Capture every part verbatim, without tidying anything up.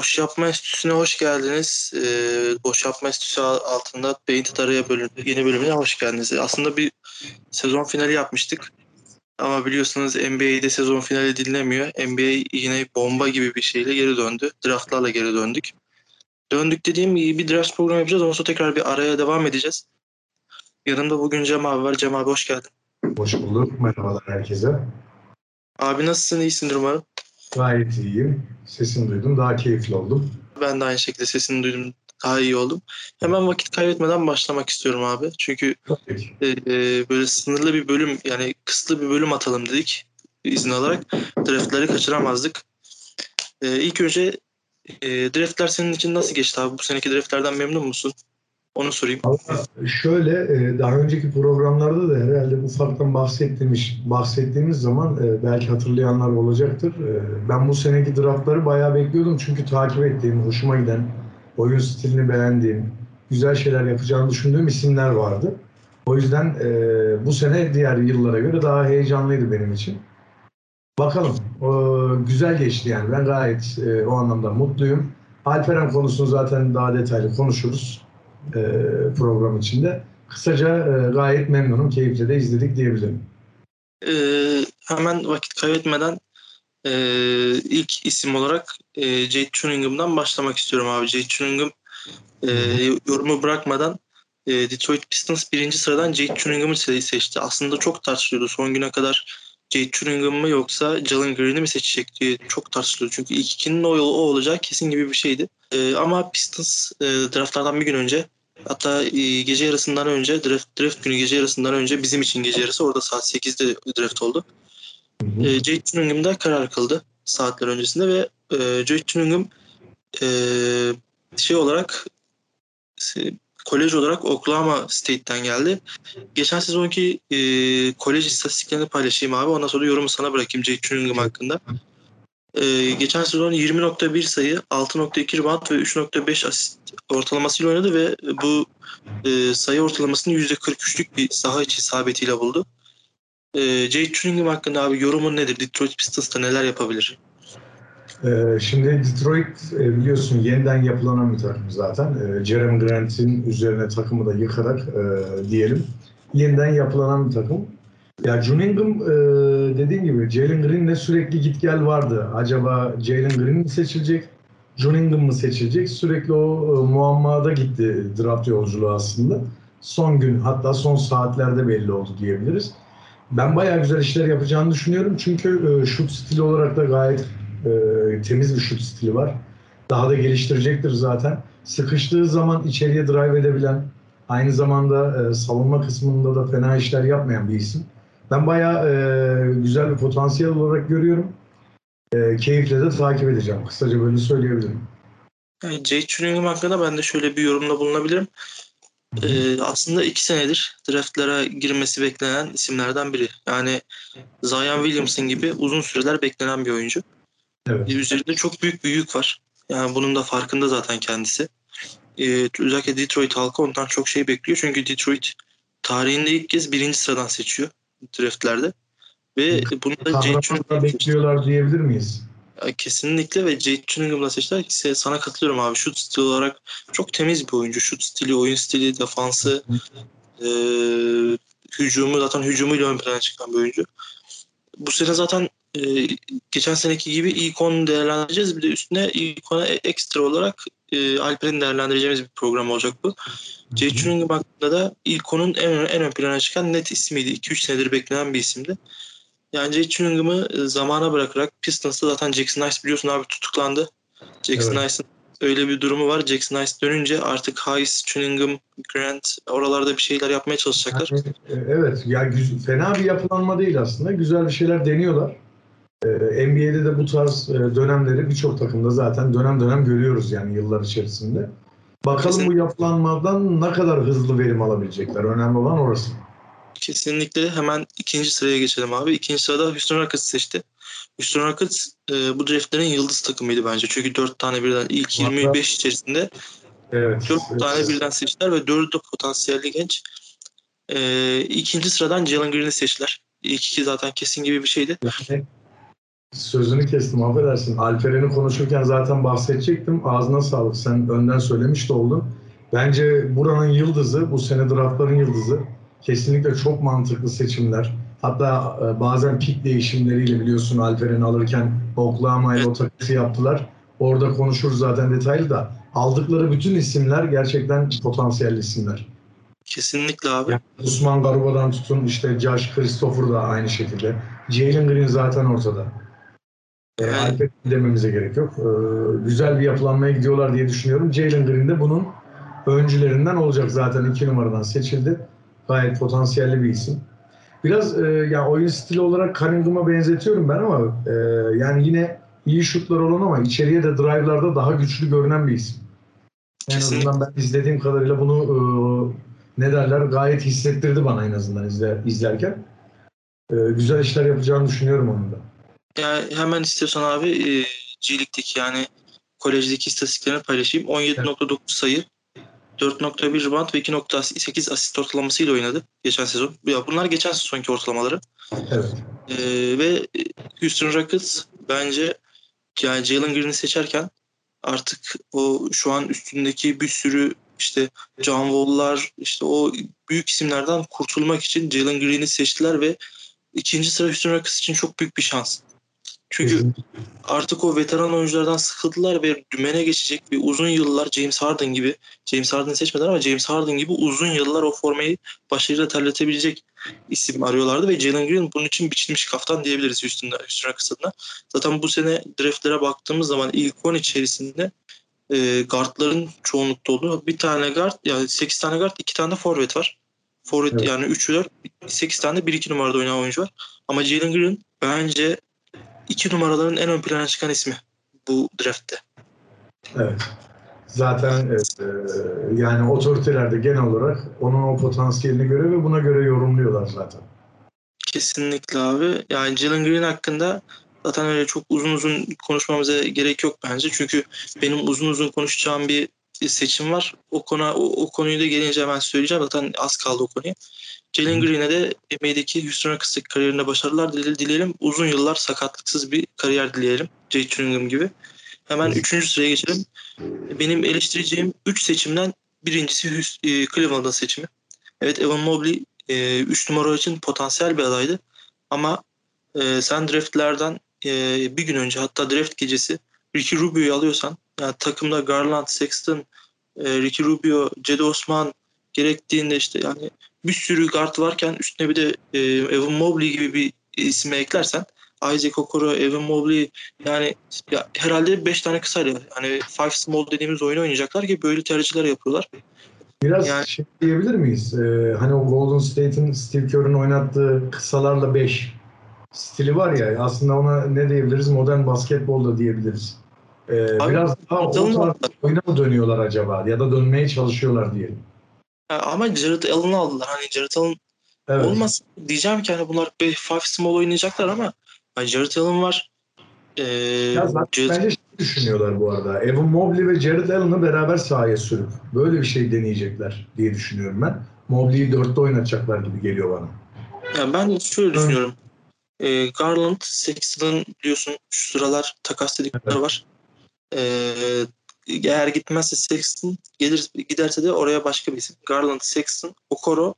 Boş Yapma Enstitüsü'ne hoş geldiniz. Ee, Boş Yapma Enstitüsü altında Beyin Tatarı'ya bölüm, yeni bölümüne hoş geldiniz. Aslında bir sezon finali yapmıştık. Ama biliyorsunuz N B A'de sezon finali dinlemiyor. N B A yine bomba gibi bir şeyle geri döndü. Draftlarla geri döndük. Döndük dediğim gibi bir draft programı yapacağız. Ondan sonra tekrar bir araya devam edeceğiz. Yanımda bugün Cem abi var. Cem abi hoş geldin. Hoş bulduk. Merhabalar herkese. Abi nasılsın? İyisindir umarım. Gayet iyiyim. Sesini duydum. Daha keyifli oldum. Ben de aynı şekilde sesini duydum. Daha iyi oldum. Hemen vakit kaybetmeden başlamak istiyorum abi. Çünkü Tabii. e, e, böyle sınırlı bir bölüm, yani kısıtlı bir bölüm atalım dedik izin alarak. Draftları kaçıramazdık. E, ilk önce e, draftlar senin için nasıl geçti abi? Bu seneki draftlardan memnun musun? Onu sorayım. Ama şöyle e, daha önceki programlarda da herhalde ufaktan bahsettiğimiz, bahsettiğimiz zaman e, belki hatırlayanlar olacaktır. E, Ben bu seneki draftları bayağı bekliyordum. Çünkü takip ettiğim, hoşuma giden, oyun stilini beğendiğim, güzel şeyler yapacağını düşündüğüm isimler vardı. O yüzden e, bu sene diğer yıllara göre daha heyecanlıydı benim için. Bakalım. O, güzel geçti yani. Ben gayet e, o anlamda mutluyum. Alperen konusunu zaten daha detaylı konuşuruz e, program içinde. Kısaca e, gayet memnunum. Keyifle de izledik diyebilirim. E, Hemen vakit kaybetmeden e, ilk isim olarak e, Jade Cunningham'dan başlamak istiyorum abi. Jade Cunningham e, yorumu bırakmadan e, Detroit Pistons birinci sıradan Jade Cunningham'ı se- seçti. Aslında çok tartışılıyordu son güne kadar Jade Cunningham mı yoksa Jalen Green'i mi seçecek diye çok tartışılıyordu. Çünkü ilk ikinin o, o olacağı kesin gibi bir şeydi. E, ama Pistons e, draftlardan bir gün önce, hatta e, gece yarısından önce draft, draft günü gece yarısından önce bizim için gece yarısı, orada saat sekizde draft oldu. Hı hı. E, Jade Cunningham'da karar kıldı saatler öncesinde ve e, Jade Cunningham e, şey olarak e, kolej olarak Oklahoma State'ten geldi. Geçen sezonki e, kolej istatistiklerini paylaşayım abi. Ondan sonra yorumu sana bırakayım Jade Cunningham hakkında. E, geçen sezon yirmi nokta bir sayı, altı nokta iki rebound ve üç nokta beş asist ortalamasıyla oynadı ve bu e, sayı ortalamasını yüzde kırk üçlük bir saha içi isabetiyle buldu. E, Jade Cunningham hakkında abi yorumun nedir? Detroit Pistons'ta neler yapabilir? Ee, Şimdi Detroit e, biliyorsun yeniden yapılanan bir takım zaten. Ee, Jeremy Grant'in üzerine takımı da yıkarak e, diyelim yeniden yapılanan bir takım. Ya Cunningham e, dediğim gibi Jalen Green'le sürekli git gel vardı. Acaba Jalen Green mi seçilecek? Cunningham mı seçilecek? Sürekli o e, muammada gitti draft yolculuğu aslında. Son gün hatta son saatlerde belli oldu diyebiliriz. Ben bayağı güzel işler yapacağını düşünüyorum. Çünkü e, şut stili olarak da gayet e, temiz bir şut stili var. Daha da geliştirecektir zaten. Sıkıştığı zaman içeriye drive edebilen, aynı zamanda e, savunma kısmında da fena işler yapmayan bir isim. Ben bayağı e, güzel bir potansiyel olarak görüyorum. E, keyifle de takip edeceğim. Kısaca böyle söyleyebilirim. Yani Jade Cunningham hakkında ben de şöyle bir yorumda bulunabilirim. Hı hı. Ee, aslında iki senedir draftlara girmesi beklenen isimlerden biri. Yani Zion Williamson gibi uzun süreler beklenen bir oyuncu. Evet. Ee, üzerinde çok büyük bir yük var. Yani bunun da farkında zaten kendisi. Ee, özellikle Detroit halkı ondan çok şey bekliyor. Çünkü Detroit tarihinde ilk kez birinci sıradan seçiyor draftlerde. Ve bunu da Jade Kahramanlar Cunningham seçti. bekliyorlar diyebilir miyiz? Ya kesinlikle, ve Jade Cunningham'la seçtiler. Ki sana katılıyorum abi. Şut stili olarak çok temiz bir oyuncu. Şut stili, oyun stili, defansı, e, hücumu, zaten hücumuyla ön plana çıkan bir oyuncu. Bu sene zaten e, geçen seneki gibi ilk on değerlendireceğiz. Bir de üstüne ilk ona ekstra olarak e, Alper'in değerlendireceğimiz bir program olacak bu. Jade Cunningham hakkında da ilk onun en, en ön plana çıkan net ismiydi. iki üç senedir beklenen bir isimdi. Yani Jade Cunningham'ı e, zamana bırakarak Pistons'ta zaten Jackson Hayes biliyorsun abi tutuklandı. Jackson Evet. Hayes'ın öyle bir durumu var. Jackson Hayes dönünce artık Hayes, Cunningham, Grant oralarda bir şeyler yapmaya çalışacaklar. Yani, e, evet, ya güz- fena bir yapılanma değil aslında. Güzel bir şeyler deniyorlar. E, N B A'de de bu tarz e, dönemleri birçok takımda zaten dönem dönem görüyoruz yani yıllar içerisinde. Bakalım Kesin, bu yapılanmadan ne kadar hızlı verim alabilecekler. Önemli olan orası. kesinlikle hemen ikinci sıraya geçelim abi. İkinci sırada Houston Rockets seçti. Houston Rockets e, bu draftlerin yıldız takımıydı bence. Çünkü dört tane birden ilk Hatta yirmi beş içerisinde evet, dört tane evet. birden seçtiler ve dördü de potansiyelli genç. E, ikinci sıradan Jalen Green'i seçtiler. İlk iki zaten kesin gibi bir şeydi. Yani Sözünü kestim, affedersin. Alperen'i konuşurken zaten bahsedecektim. Ağzına sağlık. Sen önden söylemiş de oldun. Bence buranın yıldızı, bu sene draftların yıldızı. Kesinlikle çok mantıklı seçimler. Hatta e, bazen pik değişimleriyle biliyorsun Alperen'i alırken Oklahoma ile o takası yaptılar. Orada konuşuruz zaten detaylı da. Aldıkları bütün isimler gerçekten potansiyelli isimler. Kesinlikle abi. Yani Usman Garuba'dan tutun işte Josh Christopher da aynı şekilde. Jalen Green zaten ortada. E, Yani, Alper dememize gerek yok. E, güzel bir yapılanmaya gidiyorlar diye düşünüyorum. Jalen Green de bunun öncülerinden olacak, zaten iki numaradan seçildi. Gayet potansiyelli bir isim. Biraz e, ya oyun stili olarak Cunningham'a benzetiyorum ben ama e, yani yine iyi şutlar olan ama içeriye de drive'larda daha güçlü görünen bir isim. En kesinlikle. azından ben izlediğim kadarıyla bunu e, ne derler gayet hissettirdi bana en azından izle, izlerken. E, güzel işler yapacağını düşünüyorum onun da. Yani hemen istiyorsan abi e, G League'deki yani kolejdeki istatistiklerini paylaşayım. on yedi nokta dokuz sayı, dört nokta bir rebound ve iki nokta sekiz asist ortalamasıyla oynadı geçen sezon. Ya bunlar geçen sezonki ortalamaları. Evet. E, ve Houston Rockets bence yani Jalen Green'i seçerken artık o şu an üstündeki bir sürü işte John Wall'lar işte o büyük isimlerden kurtulmak için Jalen Green'i seçtiler ve ikinci sıra Houston Rockets için çok büyük bir şans. Çünkü Kesinlikle. artık o veteran oyunculardan sıkıldılar ve dümene geçecek ve uzun yıllar James Harden gibi, James Harden'ı seçmediler ama James Harden gibi uzun yıllar o formayı başarıyla terletebilecek isim arıyorlardı ve Jalen Green bunun için biçilmiş kaftan diyebiliriz Houston'da, Houston Rockets adına. Zaten bu sene draftlere baktığımız zaman ilk on içerisinde e, guardların çoğunlukta olduğu bir tane guard, yani sekiz tane guard, iki tane de forvet var. Forvet Evet. yani üçü dört, sekiz tane de bir iki numarada oynayan oyuncu var. Ama Jalen Green bence iki numaraların en ön plana çıkan ismi bu draftte. Evet. Zaten e, e, yani otoriteler de genel olarak onun o potansiyelini göre ve buna göre yorumluyorlar zaten. Kesinlikle abi. Yani Jalen Green hakkında zaten öyle çok uzun uzun konuşmamıza gerek yok bence. Çünkü benim uzun uzun konuşacağım bir seçim var. O konu o, o konuyu da gelince hemen söyleyeceğim. Zaten az kaldı o konuya. Jalen Green'e de N B A'deki Houston Rockets'taki kariyerinde başarılar dileyelim. Uzun yıllar sakatlıksız bir kariyer dileyelim. Jay Cunningham gibi. Hemen üçüncü sıraya geçelim. Benim eleştireceğim üç seçimden birincisi e, Cleveland'ın seçimi. Evet, Evan Mobley üç numara için potansiyel bir adaydı. Ama e, sen draftlerden e, bir gün önce, hatta draft gecesi Ricky Rubio'yu alıyorsan, yani takımda Garland, Sexton, e, Ricky Rubio, Cedi Osman gerektiğinde işte yani bir sürü guard varken üstüne bir de e, Evan Mobley gibi bir ismi eklersen, Isaac Okoro, Evan Mobley, yani ya herhalde beş tane kısayla hani five small dediğimiz oyunu oynayacaklar ki böyle tercihler yapıyorlar. Biraz Yani şey diyebilir miyiz? Ee, hani o Golden State'in Steve Kerr'ın oynattığı kısalarla beş stili var ya, aslında ona ne diyebiliriz? Modern basketbol da diyebiliriz. Ee, abi biraz daha o Jared tarz oyuna mı dönüyorlar acaba? Ya da dönmeye çalışıyorlar diyelim. ama Jared Allen'ı aldılar. Hani Jared Allen Evet. olmaz diyeceğim ki hani bunlar bir five small oynayacaklar ama hani Jared Allen var. Ee, Ya zaten Jared, bence şey düşünüyorlar bu arada. Evan Mobley ve Jared Allen'ı beraber sahaya sürüp böyle bir şey deneyecekler diye düşünüyorum ben. Mobley'i dörtte oynatacaklar gibi geliyor bana. yani ben şöyle Ön- düşünüyorum. Ee, Garland, Sexton biliyorsun şu sıralar takas dedikleri Evet. var. Ee, eğer gitmezse Sexton, gelir giderse de oraya başka bir isim. Garland, Sexton, Okoro,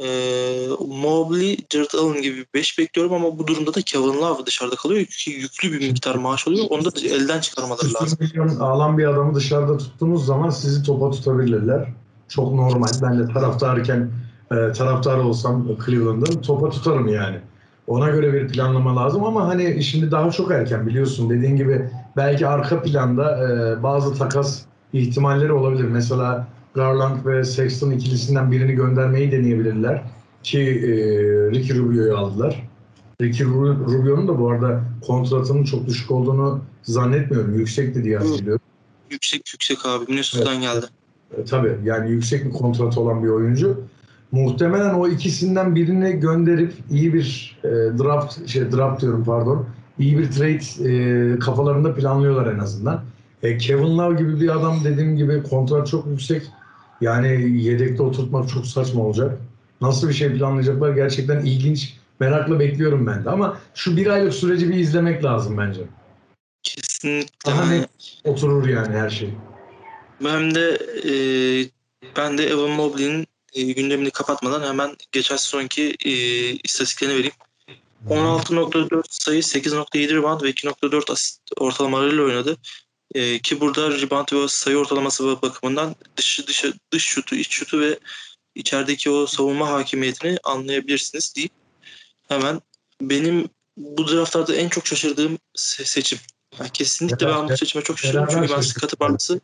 ee, Mobley, Jared Allen gibi beş bekliyorum ama bu durumda da Kevin Love dışarıda kalıyor. Çünkü yüklü bir miktar maaş oluyor. Onu da elden çıkarmaları lazım. yüz milyon alan bir adamı dışarıda tuttuğunuz zaman sizi topa tutabilirler. Çok normal. Ben de taraftarken e, taraftar olsam Cleveland'ın topa tutarım yani. Ona göre bir planlama lazım ama hani şimdi daha çok erken, biliyorsun. Dediğin gibi belki arka planda e, bazı takas ihtimalleri olabilir. Mesela Garland ve Sexton ikilisinden birini göndermeyi deneyebilirler. Ki e, Ricky Rubio'yu aldılar. Ricky Rubio'nun da bu arada kontratının çok düşük olduğunu zannetmiyorum. Yüksekti diye hatırlıyorum. Yüksek yüksek abi. Evet. Minnesota'dan geldi. E, tabii yani yüksek bir kontrat olan bir oyuncu. Muhtemelen o ikisinden birini gönderip iyi bir e, draft, şey draft diyorum pardon, iyi bir trade e, kafalarında planlıyorlar en azından. E, Kevin Love gibi bir adam, dediğim gibi kontrat çok yüksek. Yani yedekte oturtmak çok saçma olacak. Nasıl bir şey planlayacaklar gerçekten ilginç. Merakla bekliyorum ben de ama şu bir aylık süreci bir izlemek lazım bence. Kesinlikle. Daha Yani net oturur yani her şey. hem de e, ben de Evan Mobley'nin e, gündemini kapatmadan hemen geçen sezonki e, istatistiklerini vereyim. on altı nokta dört sayı, sekiz nokta yedi rebound ve iki nokta dört asist ortalamalarıyla oynadı. E, ki burada rebound ve sayı ortalaması bakımından dış, dış, dış şutu, iç şutu ve içerideki o savunma hakimiyetini anlayabilirsiniz deyip hemen benim bu draftlarda en çok şaşırdığım se- seçim. Yani kesinlikle ben bu seçime çok şaşırdım çünkü ben Scottie Barnes'ı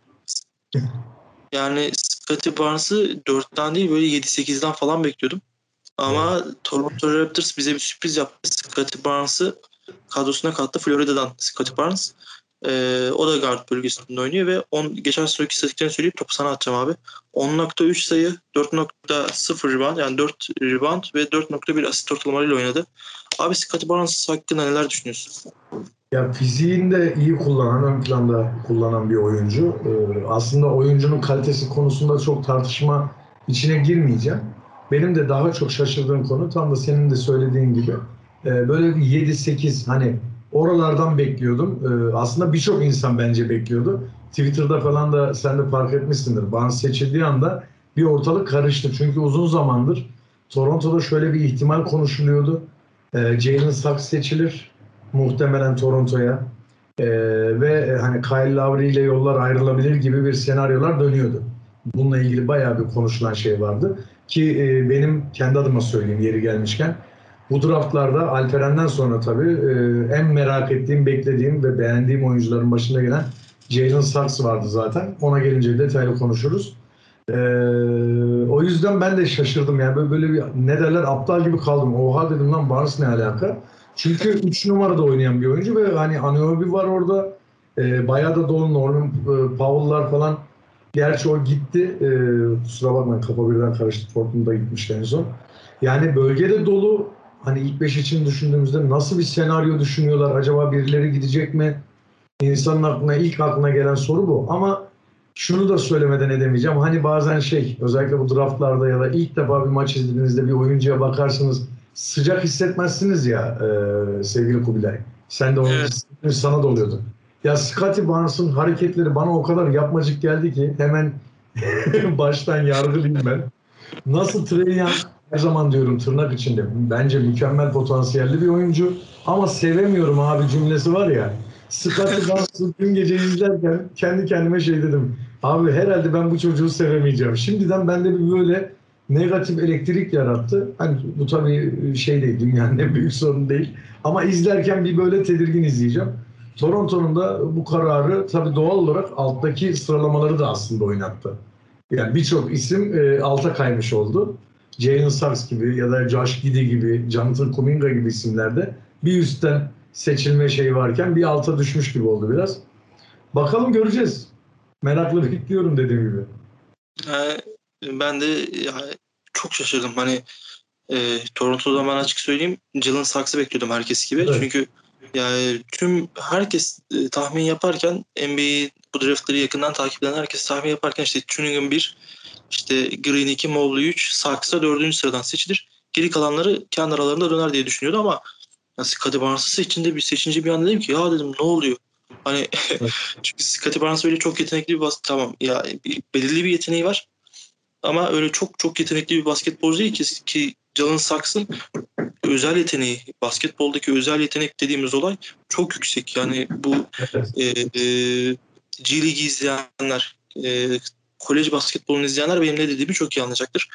yani Scottie Barnes'ı dörtten değil böyle yedi sekizden falan bekliyordum. Ama Toronto Raptors bize bir sürpriz yaptı. Scottie Barnes'ı kadrosuna kattı. Florida'dan Scottie Barnes. Ee, o da guard bölgesinde oynuyor ve on, geçen sonraki istatistiklerini söyleyip topu sana atacağım abi. on nokta üç sayı, dört nokta sıfır rebound yani dört rebound ve dört nokta bir asist ortalamayla oynadı. Abi Scottie Barnes hakkında neler düşünüyorsun? Ya fiziğini de iyi kullanan, ön planda kullanan bir oyuncu. Ee, aslında oyuncunun kalitesi konusunda çok tartışma içine girmeyeceğim. Benim de daha çok şaşırdığım konu tam da senin de söylediğin gibi e, böyle bir yedi sekiz hani oralardan bekliyordum. Ee, aslında birçok insan bence bekliyordu. Twitter'da falan da sen de fark etmişsindir. Barnes seçildiği anda bir ortalık karıştı. Çünkü uzun zamandır Toronto'da şöyle bir ihtimal konuşuluyordu. Ee, Jalen Suggs seçilir muhtemelen Toronto'ya. Ee, ve hani Kyle Lowry ile yollar ayrılabilir gibi bir senaryolar dönüyordu. Bununla ilgili bayağı bir konuşulan şey vardı. Ki e, benim kendi adıma söyleyeyim yeri gelmişken. Bu draftlarda Alperen'den sonra tabii e, en merak ettiğim, beklediğim ve beğendiğim oyuncuların başında gelen Jalen Suggs vardı zaten. Ona gelince detaylı konuşuruz. Ee, o yüzden ben de şaşırdım yani böyle, böyle bir ne derler aptal gibi kaldım. Oha dedim lan Barnes ne alaka? Çünkü üç numarada oynayan bir oyuncu ve hani Anunoby var orada. Ee, bayağı da dolu Norman e, Powell'lar falan. Gerçi o gitti. Ee, kusura bakmayın kafa birden karıştı. Portland'a gitmişti en son. Yani bölgede dolu. Hani ilk beş için düşündüğümüzde nasıl bir senaryo düşünüyorlar? Acaba birileri gidecek mi? İnsanın aklına ilk aklına gelen soru bu. Ama şunu da söylemeden edemeyeceğim. Hani bazen şey özellikle bu draftlarda ya da ilk defa bir maç izlediğinizde bir oyuncuya bakarsınız sıcak hissetmezsiniz ya e, sevgili Kubilay. Sen de onu Evet. hissettin, sana da oluyordu. Ya Scottie Barnes'ın hareketleri bana o kadar yapmacık geldi ki hemen baştan yargılayayım ben. Nasıl Trae Young her zaman diyorum tırnak içinde bence mükemmel potansiyelli bir oyuncu ama sevemiyorum abi cümlesi var ya. Scottie Barnes'ı dün gece izlerken kendi kendime şey dedim. Abi herhalde ben bu çocuğu sevemeyeceğim. Şimdiden bende bir böyle negatif elektrik yarattı. Hani bu tabii şey değil, dünyanın en büyük sorunu değil. Ama izlerken bir böyle tedirgin izleyeceğim. Toronto'nun da bu kararı tabii doğal olarak alttaki sıralamaları da aslında oynattı. Yani birçok isim e, alta kaymış oldu. Jalen Suggs gibi ya da Josh Giddey gibi, Jonathan Kuminga gibi isimlerde bir üstten seçilme şeyi varken bir alta düşmüş gibi oldu biraz. Bakalım göreceğiz. Merakla bekliyorum dediğim gibi. Yani ben de yani çok şaşırdım. Hani e, Toronto'da ben açık söyleyeyim Jalen Suggs'ı bekliyordum herkes gibi. Evet. Çünkü yani tüm herkes e, tahmin yaparken N B A'yi bu draftları yakından takip eden herkes tahmin yaparken işte Cunningham bir, işte Green iki, Mobley üç, Suggs'a dördüncü sıradan seçilir. Geri kalanları kendi aralarında döner diye düşünüyordu ama yani Scottie Barnes'ı seçince bir seçince bir an dedim ki ya dedim ne oluyor? Hani Evet. çünkü Scottie Barnes öyle çok yetenekli bir bas tamam ya bir, belirli bir yeteneği var ama öyle çok çok yetenekli bir basketbolcu değil ki ki Jalen Suggs'ın özel yeteneği, basketboldaki özel yetenek dediğimiz olay çok yüksek. Yani bu Evet. e, e, G League izleyenler, e, kolej basketbolunu izleyenler benim ne dediğimi çok iyi anlayacaktır.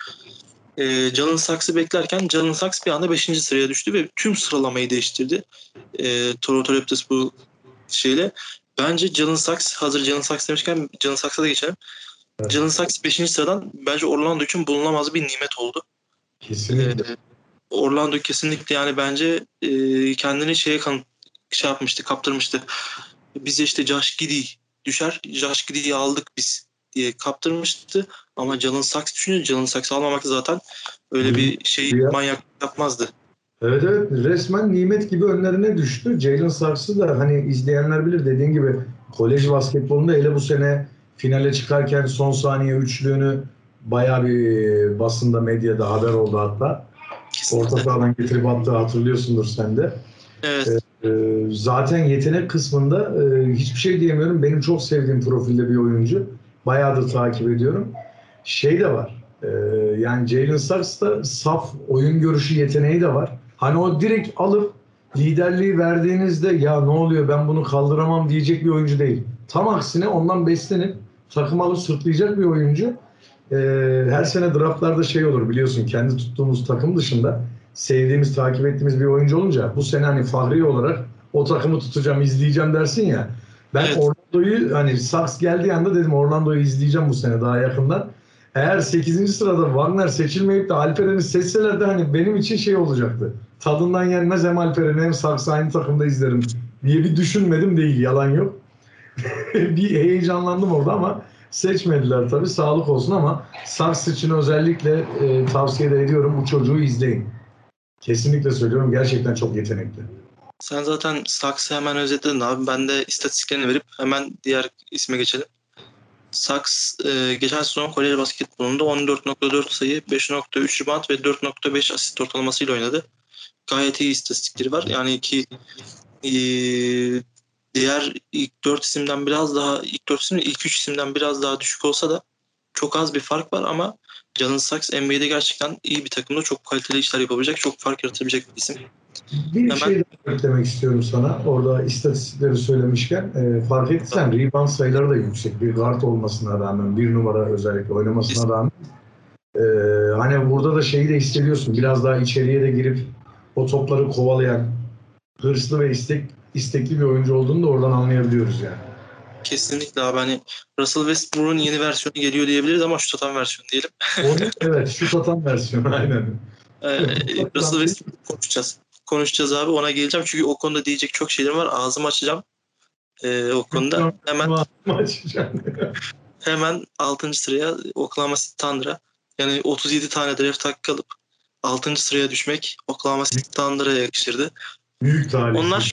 E, Jalen Suggs'ı beklerken Jalen Suggs bir anda beşinci sıraya düştü ve tüm sıralamayı değiştirdi. E, Toronto Raptors bu şeyle. Bence Jalen Suggs, hazır Jalen Suggs demişken Jalen Suggs'a da geçelim. Evet. Jalen Suggs beşinci sıradan bence Orlando için bulunamaz bir nimet oldu. Kesinlikle. E, Orlando kesinlikle yani bence e, kendini şeye kan şey yapmıştı, kaptırmıştı. Bize işte Josh Giddey düşer. Josh Giddey'i aldık biz diye kaptırmıştı. Ama Jalen Suggs düşünüyor. Jalen Suggs almamak zaten öyle bir şey Ya. manyak yapmazdı. Evet evet resmen nimet gibi önlerine düştü. Jalen Suggs'ı da hani izleyenler bilir dediğin gibi kolej basketbolunda hele bu sene finale çıkarken son saniye üçlüğünü bayağı bir basında medyada haber oldu hatta. Orta Kesinlikle. sahadan getirip attığı hatırlıyorsundur sen de. Evet. Ee, zaten yetenek kısmında e, hiçbir şey diyemiyorum. Benim çok sevdiğim profilde bir oyuncu. Bayağıdır takip ediyorum. Şey de var. e, yani Jalen Sachs'ta saf oyun görüşü yeteneği de var. Hani o direkt alıp liderliği verdiğinizde ya ne oluyor ben bunu kaldıramam diyecek bir oyuncu değil. Tam aksine ondan beslenip takım alıp sırtlayacak bir oyuncu. Ee, her sene draftlarda şey olur biliyorsun kendi tuttuğumuz takım dışında sevdiğimiz, takip ettiğimiz bir oyuncu olunca bu sene hani fahri olarak o takımı tutacağım, izleyeceğim dersin ya. Ben Evet. Orlando'yu hani Saks geldiği anda dedim Orlando'yu izleyeceğim bu sene daha yakından. Eğer sekizinci sırada Wagner seçilmeyip de Alperen'i seçselerdi hani benim için şey olacaktı. Tadından yenmez hem Alperen'i hem Saks'ı aynı takımda izlerim diye bir düşünmedim değil, yalan yok. Bir heyecanlandım orada ama seçmediler tabii. Sağlık olsun ama Saks için özellikle e, tavsiye de ediyorum. Bu çocuğu izleyin. Kesinlikle söylüyorum. Gerçekten çok yetenekli. Sen zaten Saks'ı hemen özetledin abi. Ben de istatistiklerini verip hemen diğer isme geçelim. Saks e, geçen sezon kolej basketbolunda on dört nokta dört sayı, beş nokta üç rebound ve dört nokta beş asist ortalamasıyla oynadı. Gayet iyi istatistikleri var. Yani ki e, diğer ilk dört isimden biraz daha ilk dört isim ilk üç isimden biraz daha düşük olsa da çok az bir fark var ama Jalen Sachs N B A'de gerçekten iyi bir takımda çok kaliteli işler yapabilecek, çok fark yaratabilecek bir isim. Bir Hemen şey daha eklemek istiyorum sana. Orada istatistikleri söylemişken e, fark ettiysen rebound sayıları da yüksek. Bir guard olmasına rağmen, bir numara özellikle oynamasına rağmen. E, hani burada da şeyi de hissediyorsun. Biraz daha içeriye de girip o topları kovalayan, hırslı ve istek, istekli bir oyuncu olduğunu da oradan anlayabiliyoruz yani. kesinlikle abi hani Russell Westbrook'un yeni versiyonu geliyor diyebiliriz ama şut atan versiyonu diyelim. Onun evet şut atan versiyonu aynen. Ee, Russell Westbrook konuşacağız. Konuşacağız abi ona geleceğim çünkü o konuda diyecek çok şeylerim var. Ağzımı açacağım ee, o konuda. Hemen hemen altıncı sıraya Oklahoma City Thunder'a yani otuz yedi tane draft hakkı alıp altıncı sıraya düşmek Oklahoma City Thunder'a yakışırdı. Büyük talihsiz. Onlar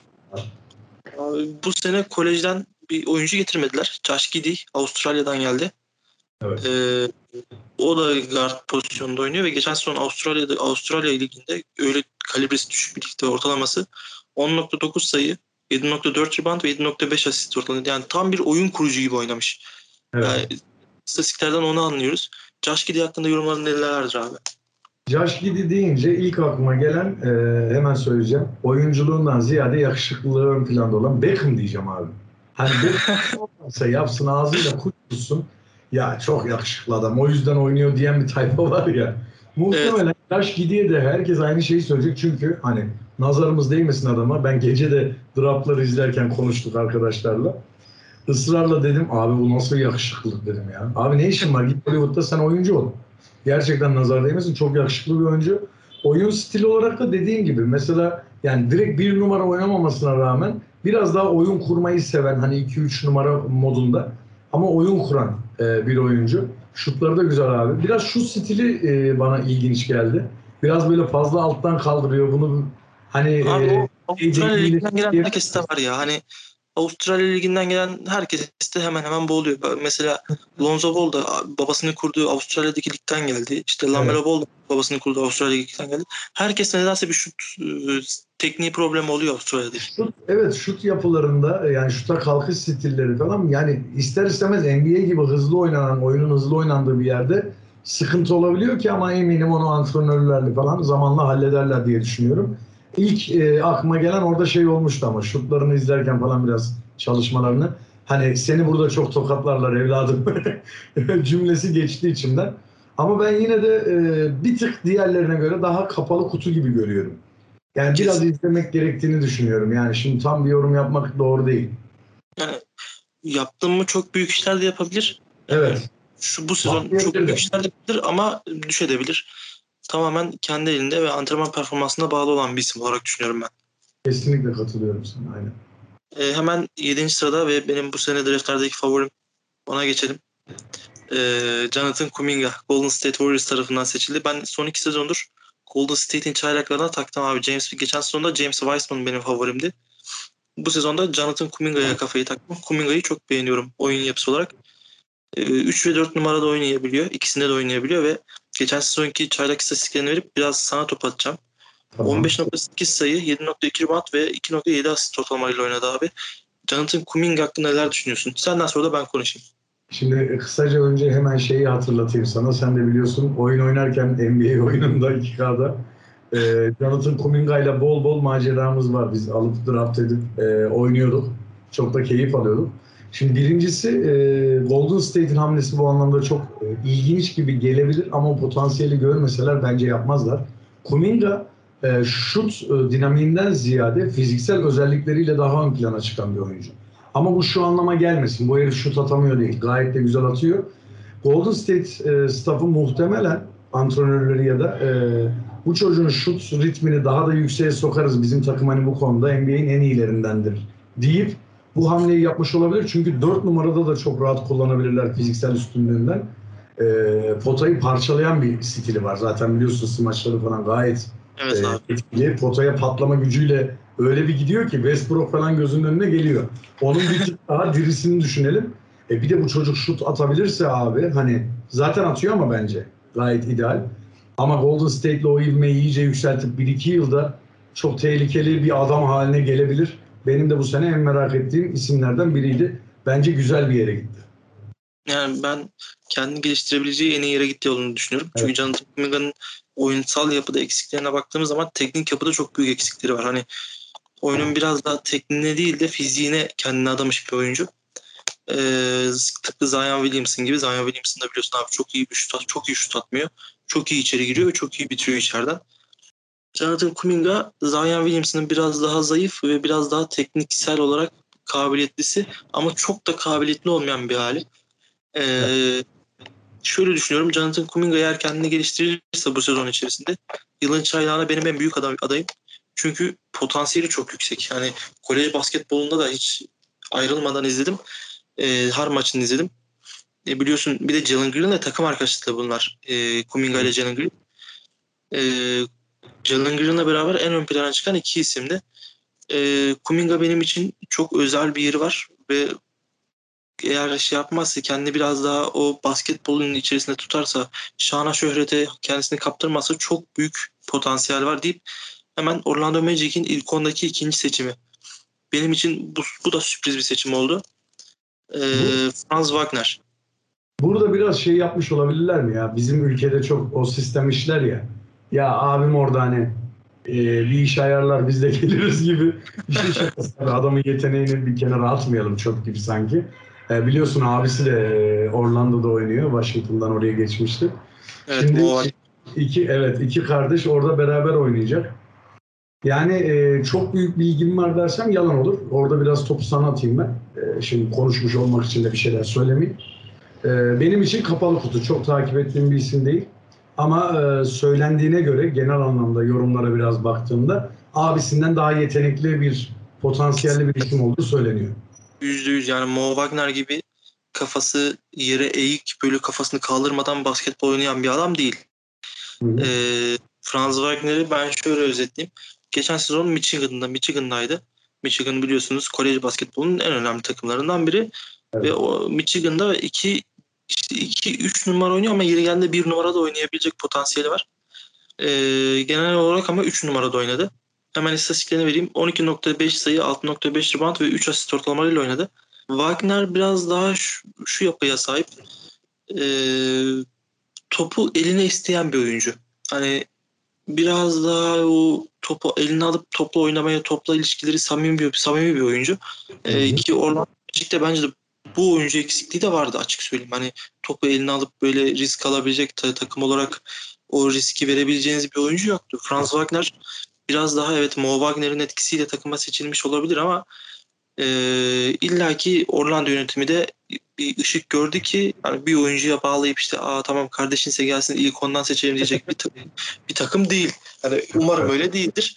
abi, bu sene kolejden bir oyuncu getirmediler. Josh Giddey Avustralya'dan geldi. Evet. Ee, o da guard pozisyonunda oynuyor ve geçen sezon Avustralya'da Avustralya liginde öyle kalibresi düşük bir ligde ortalaması on nokta dokuz sayı, yedi nokta dört rebound ve yedi nokta beş asist ortaladı. Yani tam bir oyun kurucu gibi oynamış. Evet. Yani istatistiklerden onu anlıyoruz. Josh Giddey hakkında yorumların nelerdir abi? Josh Giddey deyince ilk aklıma gelen e, hemen söyleyeceğim. Oyunculuğundan ziyade yakışıklılığı ön planda olan Beckham diyeceğim abi. Hani Beckham olmasa yapsın ağzıyla kutlusun. Ya çok yakışıklı adam o yüzden oynuyor diyen bir tayfa var ya. Evet. Muhtemelen Josh Giddey'e de herkes aynı şeyi söyleyecek. Çünkü hani nazarımız değmesin adama. Ben gece de draftları izlerken konuştuk arkadaşlarla. Israrla dedim abi bu nasıl bir yakışıklılık dedim ya. Abi ne işin var git Hollywood'da sen oyuncu ol. Gerçekten nazar değmesin çok yakışıklı bir oyuncu. Oyun stili olarak da dediğim gibi mesela yani direkt bir numara oynamamasına rağmen biraz daha oyun kurmayı seven hani iki üç numara modunda ama oyun kuran e, bir oyuncu. Şutları da güzel abi. Biraz şut stili e, bana ilginç geldi. Biraz böyle fazla alttan kaldırıyor bunu hani Abi o e, Avustralya liginden gelen herkes de var ya. Hani Avustralya liginden gelen herkes de hemen hemen bu oluyor. Mesela Lonzo Ball da babasının kurduğu Avustralya'daki ligden geldi. İşte evet. Lamelo Ball da babasının kurduğu Avustralya ligden geldi. Herkes nedense bir şut e, tekniği problemi oluyor Avustralya'daki. Şut, evet şut yapılarında yani şuta kalkış stilleri falan yani ister istemez N B A gibi hızlı oynanan, oyunun hızlı oynandığı bir yerde sıkıntı olabiliyor ki ama eminim onu antrenörlerle falan zamanla hallederler diye düşünüyorum. İlk e, aklıma gelen orada şey olmuştu ama şutlarını izlerken falan biraz çalışmalarını hani seni burada çok tokatlarlar evladım cümlesi geçti içimden. Ama ben yine de e, bir tık diğerlerine göre daha kapalı kutu gibi görüyorum. Yani biraz Kesin. izlemek gerektiğini düşünüyorum. Yani şimdi tam bir yorum yapmak doğru değil. Yani yaptığım mı çok büyük işler de yapabilir. Yani Evet. şu bu sezon çok Patlayabilir büyük de. işler de yapabilir ama düşebilir. Tamamen kendi elinde ve antrenman performansına bağlı olan bir isim olarak düşünüyorum ben. Kesinlikle katılıyorum sana. Aynen. E, hemen yedinci sırada ve benim bu sene draftlerdeki favorim ona geçelim. E, Jonathan Kuminga Golden State Warriors tarafından seçildi. Ben son iki sezondur Golden State'in çaylaklarına taktım abi. James, geçen sezonda James Wiseman benim favorimdi. Bu sezonda Jonathan Kuminga'ya kafayı taktım. Kuminga'yı çok beğeniyorum oyun yapısı olarak. üç ve dört numarada oynayabiliyor. İkisinde de oynayabiliyor ve geçen sezonki çaylak istatistiklerini verip biraz sana top atacağım. Tamam. on beş nokta sekiz sayı, yedi nokta iki rebound ve iki nokta yedi asist ortalamayla oynadı abi. Jonathan Kuminga hakkında neler düşünüyorsun? Senden sonra da ben konuşayım. Şimdi kısaca önce hemen şeyi hatırlatayım sana. Sen de biliyorsun oyun oynarken N B A oyununda iki K'da e, Jonathan Kuminga ile bol bol maceramız var. Biz alıp draft edip e, oynuyorduk. Çok da keyif alıyorduk. Şimdi birincisi e, Golden State'in hamlesi bu anlamda çok e, ilginç gibi gelebilir ama potansiyeli görmeseler bence yapmazlar. Kuminga e, şut e, dinamiğinden ziyade fiziksel özellikleriyle daha ön plana çıkan bir oyuncu. Ama bu şu anlama gelmesin. Bu herif şut atamıyor değil. Gayet de güzel atıyor. Golden State e, staffı muhtemelen antrenörleri ya da e, bu çocuğun şut ritmini daha da yükseğe sokarız. Bizim takım hani bu konuda N B A'in en iyilerindendir deyip bu hamleyi yapmış olabilir. Çünkü dört numarada da çok rahat kullanabilirler fiziksel üstünlüğünden. E, potayı parçalayan bir stili var. Zaten biliyorsun smaçları falan gayet Evet abi. e, etkili. Potaya patlama gücüyle öyle bir gidiyor ki Westbrook falan gözünün önüne geliyor. Onun bir tık daha dirisini düşünelim. E bir de bu çocuk şut atabilirse abi hani zaten atıyor ama bence gayet ideal. Ama Golden State'le o ivmeyi iyice yükseltip bir iki yılda çok tehlikeli bir adam haline gelebilir. Benim de bu sene en merak ettiğim isimlerden biriydi. Bence güzel bir yere gitti. Yani ben kendini geliştirebileceği en iyi yere gittiği olduğunu düşünüyorum. Evet. Çünkü Jonathan Kuminga'nın oyunsal yapıda eksiklerine baktığımız zaman teknik yapıda çok büyük eksikleri var. Hani oyunun biraz daha tekniğine değil de fiziğine kendini adamış bir oyuncu. Ee, tıpkı Zion Williamson gibi. Zion Williamson da biliyorsun abi çok iyi bir şut, çok iyi şut atmıyor. Çok iyi içeri giriyor ve çok iyi bitiriyor içeriden. Jonathan Kuminga, Zion Williamson'ın biraz daha zayıf ve biraz daha tekniksel olarak kabiliyetlisi ama çok da kabiliyetli olmayan bir hali. Ee, şöyle düşünüyorum. Jonathan Kuminga eğer kendini geliştirirse bu sezon içerisinde yılın çaylağına benim en büyük adayım. Çünkü potansiyeli çok yüksek. Yani kolej basketbolunda da hiç ayrılmadan izledim. Ee, her maçını izledim. E, biliyorsun bir de Jalen Green'le takım arkadaşlıkla bunlar. E, Kuminga ile Jalen Green. E, Jalen Green'le beraber en ön plana çıkan iki isimdi. E, Kuminga benim için çok özel bir yeri var ve eğer şey yapmazsa kendini biraz daha o basketbolun içerisinde tutarsa şana şöhrete kendisini kaptırmazsa çok büyük potansiyel var deyip hemen Orlando Magic'in ilk ondaki ikinci seçimi. Benim için bu, bu da sürpriz bir seçim oldu. E, Franz Wagner. Burada biraz şey yapmış olabilirler mi ya? Bizim ülkede çok o sistem işler ya. Ya abim orada hani e, bir iş ayarlar biz de geliriz gibi bir şey şakası. Adamın yeteneğini bir kenara atmayalım çok gibi sanki. E, biliyorsun abisi de e, Orlando'da oynuyor. Washington'dan oraya geçmişti. Evet, Şimdi o iki evet iki kardeş orada beraber oynayacak. Yani e, çok büyük bilgim var dersem yalan olur. Orada biraz topu sana atayım ben. E, şimdi konuşmuş olmak için de bir şeyler söylemeyeyim. Benim için kapalı kutu. Çok takip ettiğim bir isim değil. Ama söylendiğine göre genel anlamda yorumlara biraz baktığımda abisinden daha yetenekli bir potansiyelli bir isim olduğu söyleniyor. Yüzde yüz yani Mo Wagner gibi kafası yere eğik böyle kafasını kaldırmadan basketbol oynayan bir adam değil. Ee, Franz Wagner'i ben şöyle özetleyeyim. Geçen sezon Michigan'da, Michigan'daydı. Michigan biliyorsunuz kolej basketbolunun en önemli takımlarından biri. Evet. Ve o Michigan'da iki işte iki üç numara oynuyor ama yeri geldiğinde bir numarada oynayabilecek potansiyeli var. Ee, genel olarak ama üç numarada oynadı. Hemen istatistiklerini vereyim. on iki nokta beş sayı, altı nokta beş rebound ve üç asist ortalamalarıyla oynadı. Wagner biraz daha şu, şu yapıya sahip. Ee, topu eline isteyen bir oyuncu. Hani biraz daha o topu eline alıp topla oynamaya, topla ilişkileri samimi bir, samimi bir oyuncu. Ee, ki Orlando Magic'te bence de bu oyuncu eksikliği de vardı açık söyleyeyim. Hani topu eline alıp böyle risk alabilecek ta- takım olarak o riski verebileceğiniz bir oyuncu yoktu. Franz Wagner biraz daha evet Mo Wagner'in etkisiyle takıma seçilmiş olabilir ama e, illaki Orlando yönetimi de bir ışık gördü ki yani bir oyuncuya bağlayıp işte aa tamam kardeşinse gelsin ilk ondan seçelim diyecek bir, ta- bir takım değil. Yani umarım öyle değildir.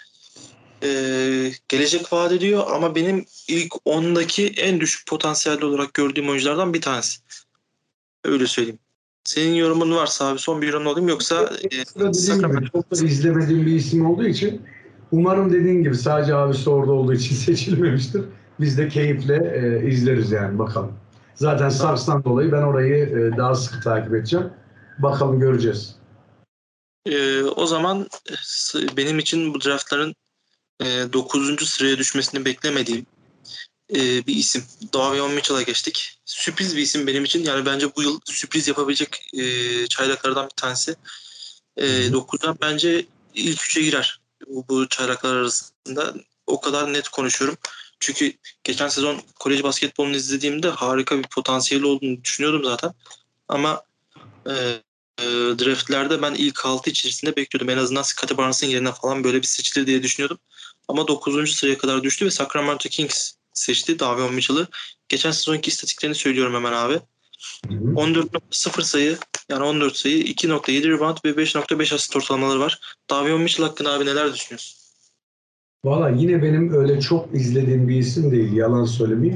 Ee, gelecek vaat ediyor ama benim ilk ondaki en düşük potansiyelli olarak gördüğüm oyunculardan bir tanesi. Öyle söyleyeyim. Senin yorumun varsa abi son bir yorum alayım yoksa e, Sacramento. Çok da izlemediğim bir isim olduğu için umarım dediğin gibi sadece abisi orada olduğu için seçilmemiştir. Biz de keyifle e, izleriz yani bakalım. Zaten Sars'tan dolayı ben orayı e, daha sıkı takip edeceğim. Bakalım göreceğiz. Ee, o zaman e, benim için bu draftların e, dokuzuncu sıraya düşmesini beklemediğim e, bir isim. Davion Mitchell'a geçtik. Sürpriz bir isim benim için. Yani bence bu yıl sürpriz yapabilecek e, çaylaklardan bir tanesi. E, dokuzdan bence ilk üçe girer. Bu, bu çaylaklar arasında. O kadar net konuşuyorum. Çünkü geçen sezon kolej basketbolunu izlediğimde harika bir potansiyeli olduğunu düşünüyordum zaten. Ama e, e, draftlerde ben ilk altı içerisinde bekliyordum. En azından Scottie Barnes'ın yerine falan böyle bir seçilir diye düşünüyordum. Ama dokuzuncu sıraya kadar düştü ve Sacramento Kings seçti Davion Mitchell'ı. Geçen sezonki istatistiklerini söylüyorum hemen abi. on dört nokta sıfır sayı, yani on dört sayı, iki nokta yedi rebound ve beş nokta beş asist ortalamaları var. Davion Mitchell hakkında abi neler düşünüyorsun? Valla yine benim öyle çok izlediğim bir isim değil, yalan söylemeyeyim.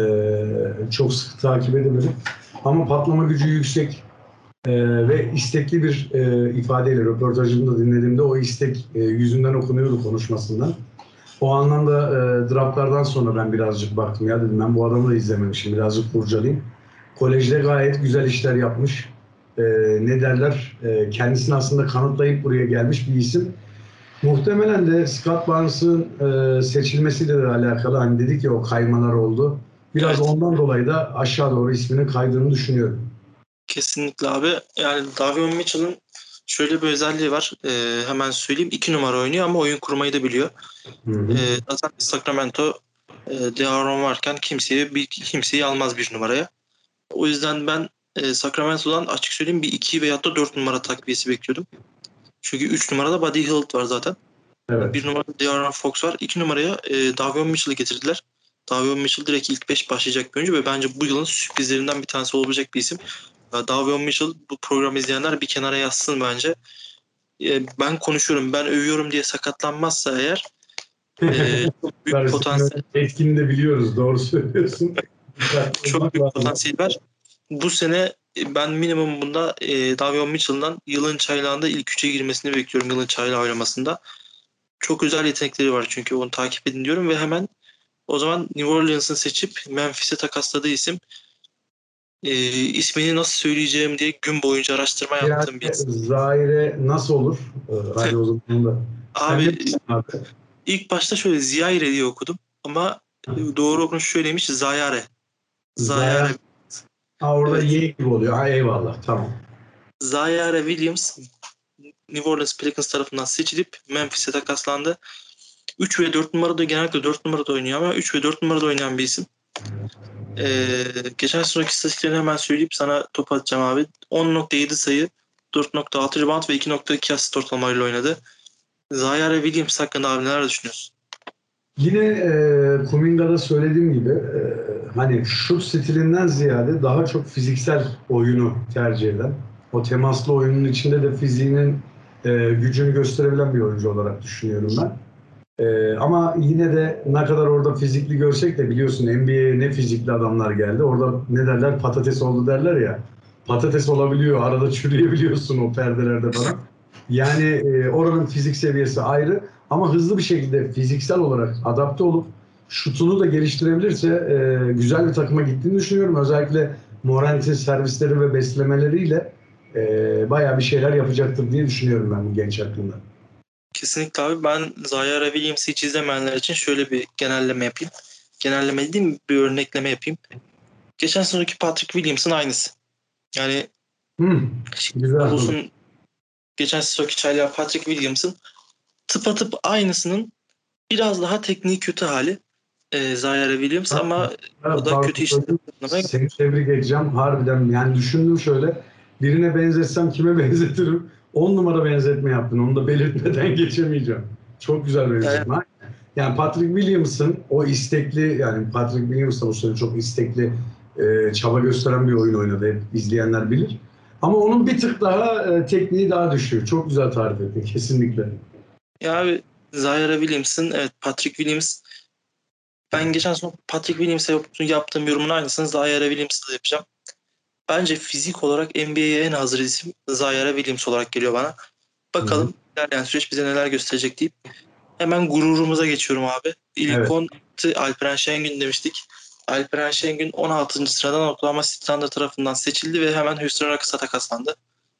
Ee, çok sık takip edemedim. Ama patlama gücü yüksek ee, ve istekli bir e, ifadeyle röportajını da dinlediğimde o istek e, yüzünden okunuyordu konuşmasından. O anlamda e, draftlardan sonra ben birazcık baktım ya dedim ben bu adamı da izlememişim, birazcık kurcalayayım. Kolejde gayet güzel işler yapmış. E, ne derler, e, kendisini aslında kanıtlayıp buraya gelmiş bir isim. Muhtemelen de Scott Barnes'ın e, seçilmesiyle de alakalı hani dedik ya o kaymalar oldu. Biraz Evet, ondan dolayı da aşağı doğru isminin kaydığını düşünüyorum. kesinlikle abi. Yani Davion Mitchell'ın şöyle bir özelliği var. Ee, hemen söyleyeyim. iki numara oynuyor ama oyun kurmayı da biliyor. Hı hı. Ee, zaten Sacramento e, DeAaron varken kimseyi, bir, kimseyi almaz bir numaraya. O yüzden ben e, Sacramento'dan açık söyleyeyim bir iki veya da dört numara takviyesi bekliyordum. Çünkü üç numarada Buddy Hield var zaten. Bir Evet. numarada De'Aaron Fox var. iki numaraya e, Davion Mitchell'ı getirdiler. Davion Mitchell direkt ilk beş başlayacak bir oyuncu ve bence bu yılın sürprizlerinden bir tanesi olabilecek bir isim. Ya Davion Mitchell, bu programı izleyenler bir kenara yazsın bence. E, ben konuşuyorum, ben övüyorum diye sakatlanmazsa eğer e, çok büyük Versiyonu potansiyel etkini de biliyoruz. Doğru söylüyorsun. Dikkatli çok olmak büyük lazım. potansiyel var. Bu sene e, ben minimum bunda e, Davion Mitchell'dan yılın çaylağında ilk üçe girmesini bekliyorum, yılın çaylağı oynamasında. Çok özel yetenekleri var çünkü onu takip edin diyorum ve hemen o zaman New Orleans'ın seçip Memphis'e takladığı isim, e, ismini nasıl söyleyeceğim diye gün boyunca araştırma Yani yaptığım bir isim. Zaire nasıl olur? Ee, hadi o zaman da. Sen ne Abi diyorsun abi? ilk başta şöyle Ziyaire diye okudum ama doğru okunuş şöyleymiş, Zayare. Zaire. Zayare. Ha, orada Evet. Y gibi oluyor. Ha, eyvallah. Tamam. Zayare Williams New Orleans Pelicans tarafından seçilip Memphis'e takaslandı. üç ve dört numarada, genellikle dört numarada oynuyor ama üç ve dört numarada oynayan bir isim. Ee, geçen sonraki istatistiklerini hemen söyleyip sana top atacağım abi. on nokta yedi sayı, dört nokta altı rebound ve iki nokta iki asist ortalamayla oynadı. Zaire Williams hakkında abi neler düşünüyorsun? Yine e, Kuminga'da söylediğim gibi e, hani şut stilinden ziyade daha çok fiziksel oyunu tercih eden, o temaslı oyunun içinde de fiziğinin e, gücünü gösterebilen bir oyuncu olarak düşünüyorum ben. E, ama yine de ne kadar orada fizikli görsek de biliyorsun N B A'ye ne fizikli adamlar geldi. Orada ne derler, patates oldu derler ya. Patates olabiliyor, arada çürüyebiliyorsun o perdelerde falan. Yani e, oranın fizik seviyesi ayrı ama hızlı bir şekilde fiziksel olarak adapte olup şutunu da geliştirebilirse e, güzel bir takıma gittiğini düşünüyorum. Özellikle Morant'in servisleri ve beslemeleriyle e, bayağı bir şeyler yapacaktır diye düşünüyorum ben bu genç hakkında. Kesinlikle abi, ben Zaire Williams'ı hiç izlemeyenler için şöyle bir genelleme yapayım. Genelleme dediğim bir örnekleme yapayım. Geçen sonraki Patrick Williams'ın aynısı. Yani Hmm, güzel. Bulls'un geçen sezonki çaylağı Patrick Williams'ın tıpatıp aynısının biraz daha tekniği kötü hali. E, Zaire Williams ama o da kötü işler Pardon, yapmaya. seni tebrik edeceğim harbiden. Yani düşündüm şöyle, birine benzetsem kime benzetirim? On numara benzetme yaptın. Onu da belirtmeden geçemeyeceğim. Çok güzel Yani benzetme. Yani Patrick Williams'ın o istekli, yani Patrick Williams da bu sene çok istekli, e, çaba gösteren bir oyun oynadı. Hep izleyenler bilir. Ama onun bir tık daha e, tekniği daha düşüyor. Çok güzel tarif ettin kesinlikle. ya abi, Zaire Williams'ın, evet, Patrick Williams, ben geçen son Patrick Williams'a yaptığım yorumun aynısını Zaire Williams'a da yapacağım. Bence fizik olarak N B A'ye en hazır isim Zaire Williams olarak geliyor bana. Hı hı. Bakalım ilerleyen süreç bize neler gösterecek deyip hemen gururumuza geçiyorum abi. İlk Evet. on Alperen Şengün demiştik. Alperen Şengün on altıncı sıradan Oklahoma City Thunder tarafından seçildi ve hemen Houston Rockets'a takaslandı.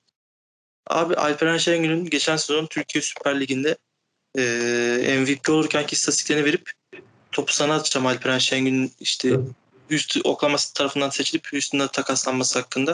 Abi Alperen Şengün'ün geçen sezon Türkiye Süper Ligi'nde e, M V P olurkenki istatistiklerini verip topu sana atacağım Alperen Şengün'ün işte Houston, Oklahoma City tarafından seçilip Houston'da takaslanması hakkında.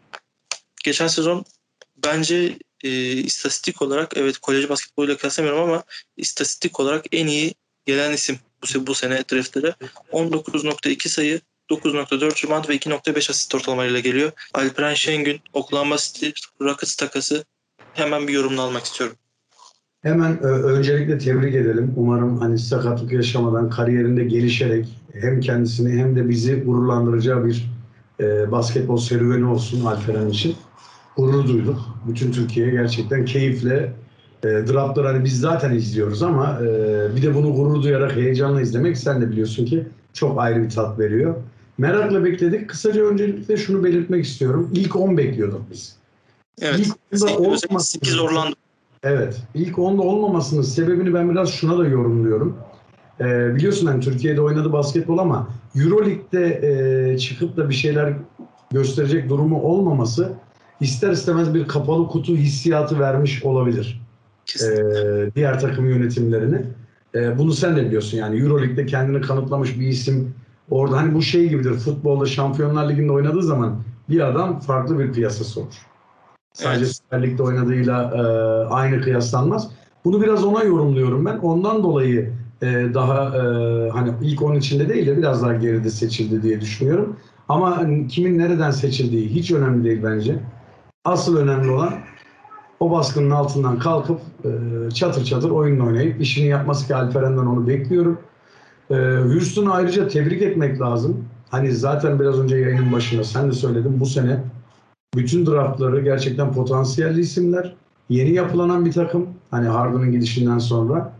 Geçen sezon bence e, istatistik olarak evet kolej basketboluyla kıyaslamıyorum ama istatistik olarak en iyi gelen isim bu, bu sene draftlere. on dokuz nokta iki sayı, dokuz nokta dört rebound ve iki nokta beş asist ortalamayla geliyor. Alperen Şengün, Oklahoma City Rockets takası, hemen bir yorumunu almak istiyorum. Hemen ö, öncelikle tebrik edelim. Umarım hani sakatlık yaşamadan kariyerinde gelişerek hem kendisini hem de bizi gururlandıracağı bir e, basketbol serüveni olsun Alperen için. Gurur duyduk. Bütün Türkiye gerçekten keyifle e, draftları hani biz zaten izliyoruz ama e, bir de bunu gurur duyarak heyecanla izlemek sen de biliyorsun ki çok ayrı bir tat veriyor. Merakla bekledik. Kısaca öncelikle şunu belirtmek istiyorum. İlk on bekliyorduk biz. Evet. İlk onda sekiz Orlando. Evet. İlk onda olmamasının sebebini ben biraz şuna da yorumluyorum. Ee, biliyorsun hani Türkiye'de oynadı basketbol ama Euroleague'de e, çıkıp da bir şeyler gösterecek durumu olmaması ister istemez bir kapalı kutu hissiyatı vermiş olabilir. Ee, diğer takım yönetimlerini. Ee, bunu sen de biliyorsun yani Euroleague'de kendini kanıtlamış bir isim. Orada hani bu şey gibidir. Futbolda Şampiyonlar Ligi'nde oynadığı zaman bir adam farklı bir piyasası olur. Sadece Evet. Süper Lig'de oynadığıyla e, aynı kıyaslanmaz. Bunu biraz ona yorumluyorum ben. Ondan dolayı e, daha e, hani ilk on içinde değil de biraz daha geride seçildi diye düşünüyorum. Ama hani kimin nereden seçildiği hiç önemli değil bence. Asıl önemli olan o baskının altından kalkıp e, çatır çatır oyun oynayıp işini yapması ki Alperen'den onu bekliyorum. E, Houston'u ayrıca tebrik etmek lazım. Hani zaten biraz önce yayının başında sen de söyledin bu sene bütün draftları gerçekten potansiyelli isimler. Yeni yapılanan bir takım. Hani Harden'ın gidişinden sonra.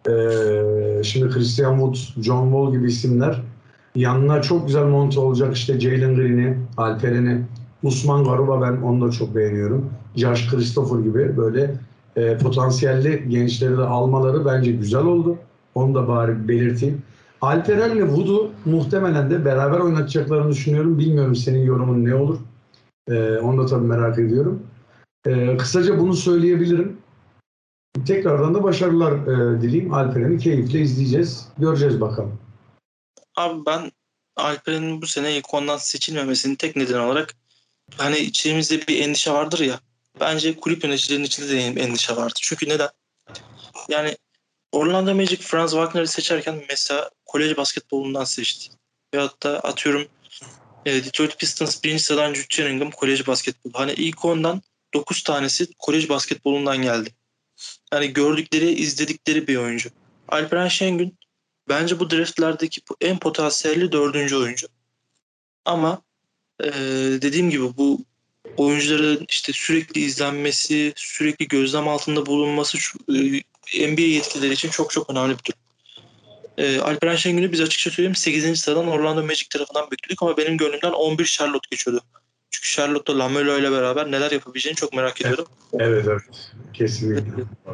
Ee, şimdi Christian Wood, John Wall gibi isimler. Yanına çok güzel monte olacak işte Jalen Green'i, Alperen'i, Usman Garuba ben onu da çok beğeniyorum. Josh Christopher gibi böyle e, potansiyelli gençleri de almaları bence güzel oldu. Onu da bari belirteyim. Alperen'le Wood'u muhtemelen de beraber oynatacaklarını düşünüyorum. Bilmiyorum senin yorumun ne olur? Ee, onu da tabii merak ediyorum. Ee, kısaca bunu söyleyebilirim. Tekrardan da başarılar e, dileyim. Alperen'i keyifle izleyeceğiz. Göreceğiz bakalım. Abi ben Alperen'in bu sene ilk ondan seçilmemesinin tek nedeni olarak hani içimizde bir endişe vardır ya. Bence kulüp yöneticilerinin içinde de endişe vardı. Çünkü neden? Yani Orlando Magic Franz Wagner'ı seçerken mesela kolej basketbolundan seçti. Veyahut da atıyorum e, Detroit Pistons birinci sıradan Jude Bellingham kolej basketbolu. Hani ilk ondan dokuz tanesi kolej basketbolundan geldi. Yani gördükleri, izledikleri bir oyuncu. Alperen Şengün bence bu draftlerdeki en potansiyelli dördüncü oyuncu. Ama e, dediğim gibi bu oyuncuların işte sürekli izlenmesi, sürekli gözlem altında bulunması e, N B A yetkilileri için çok çok önemli bir durum. E, Alperen Şengün'ü biz açıkça söyleyeyim sekizinci sıradan Orlando Magic tarafından bekliyorduk ama benim gönlümden on bir Charlotte geçiyordu. Çünkü Charlotte'da Lamelo ile beraber neler yapabileceğini çok merak ediyordum. Evet evet. Kesinlikle.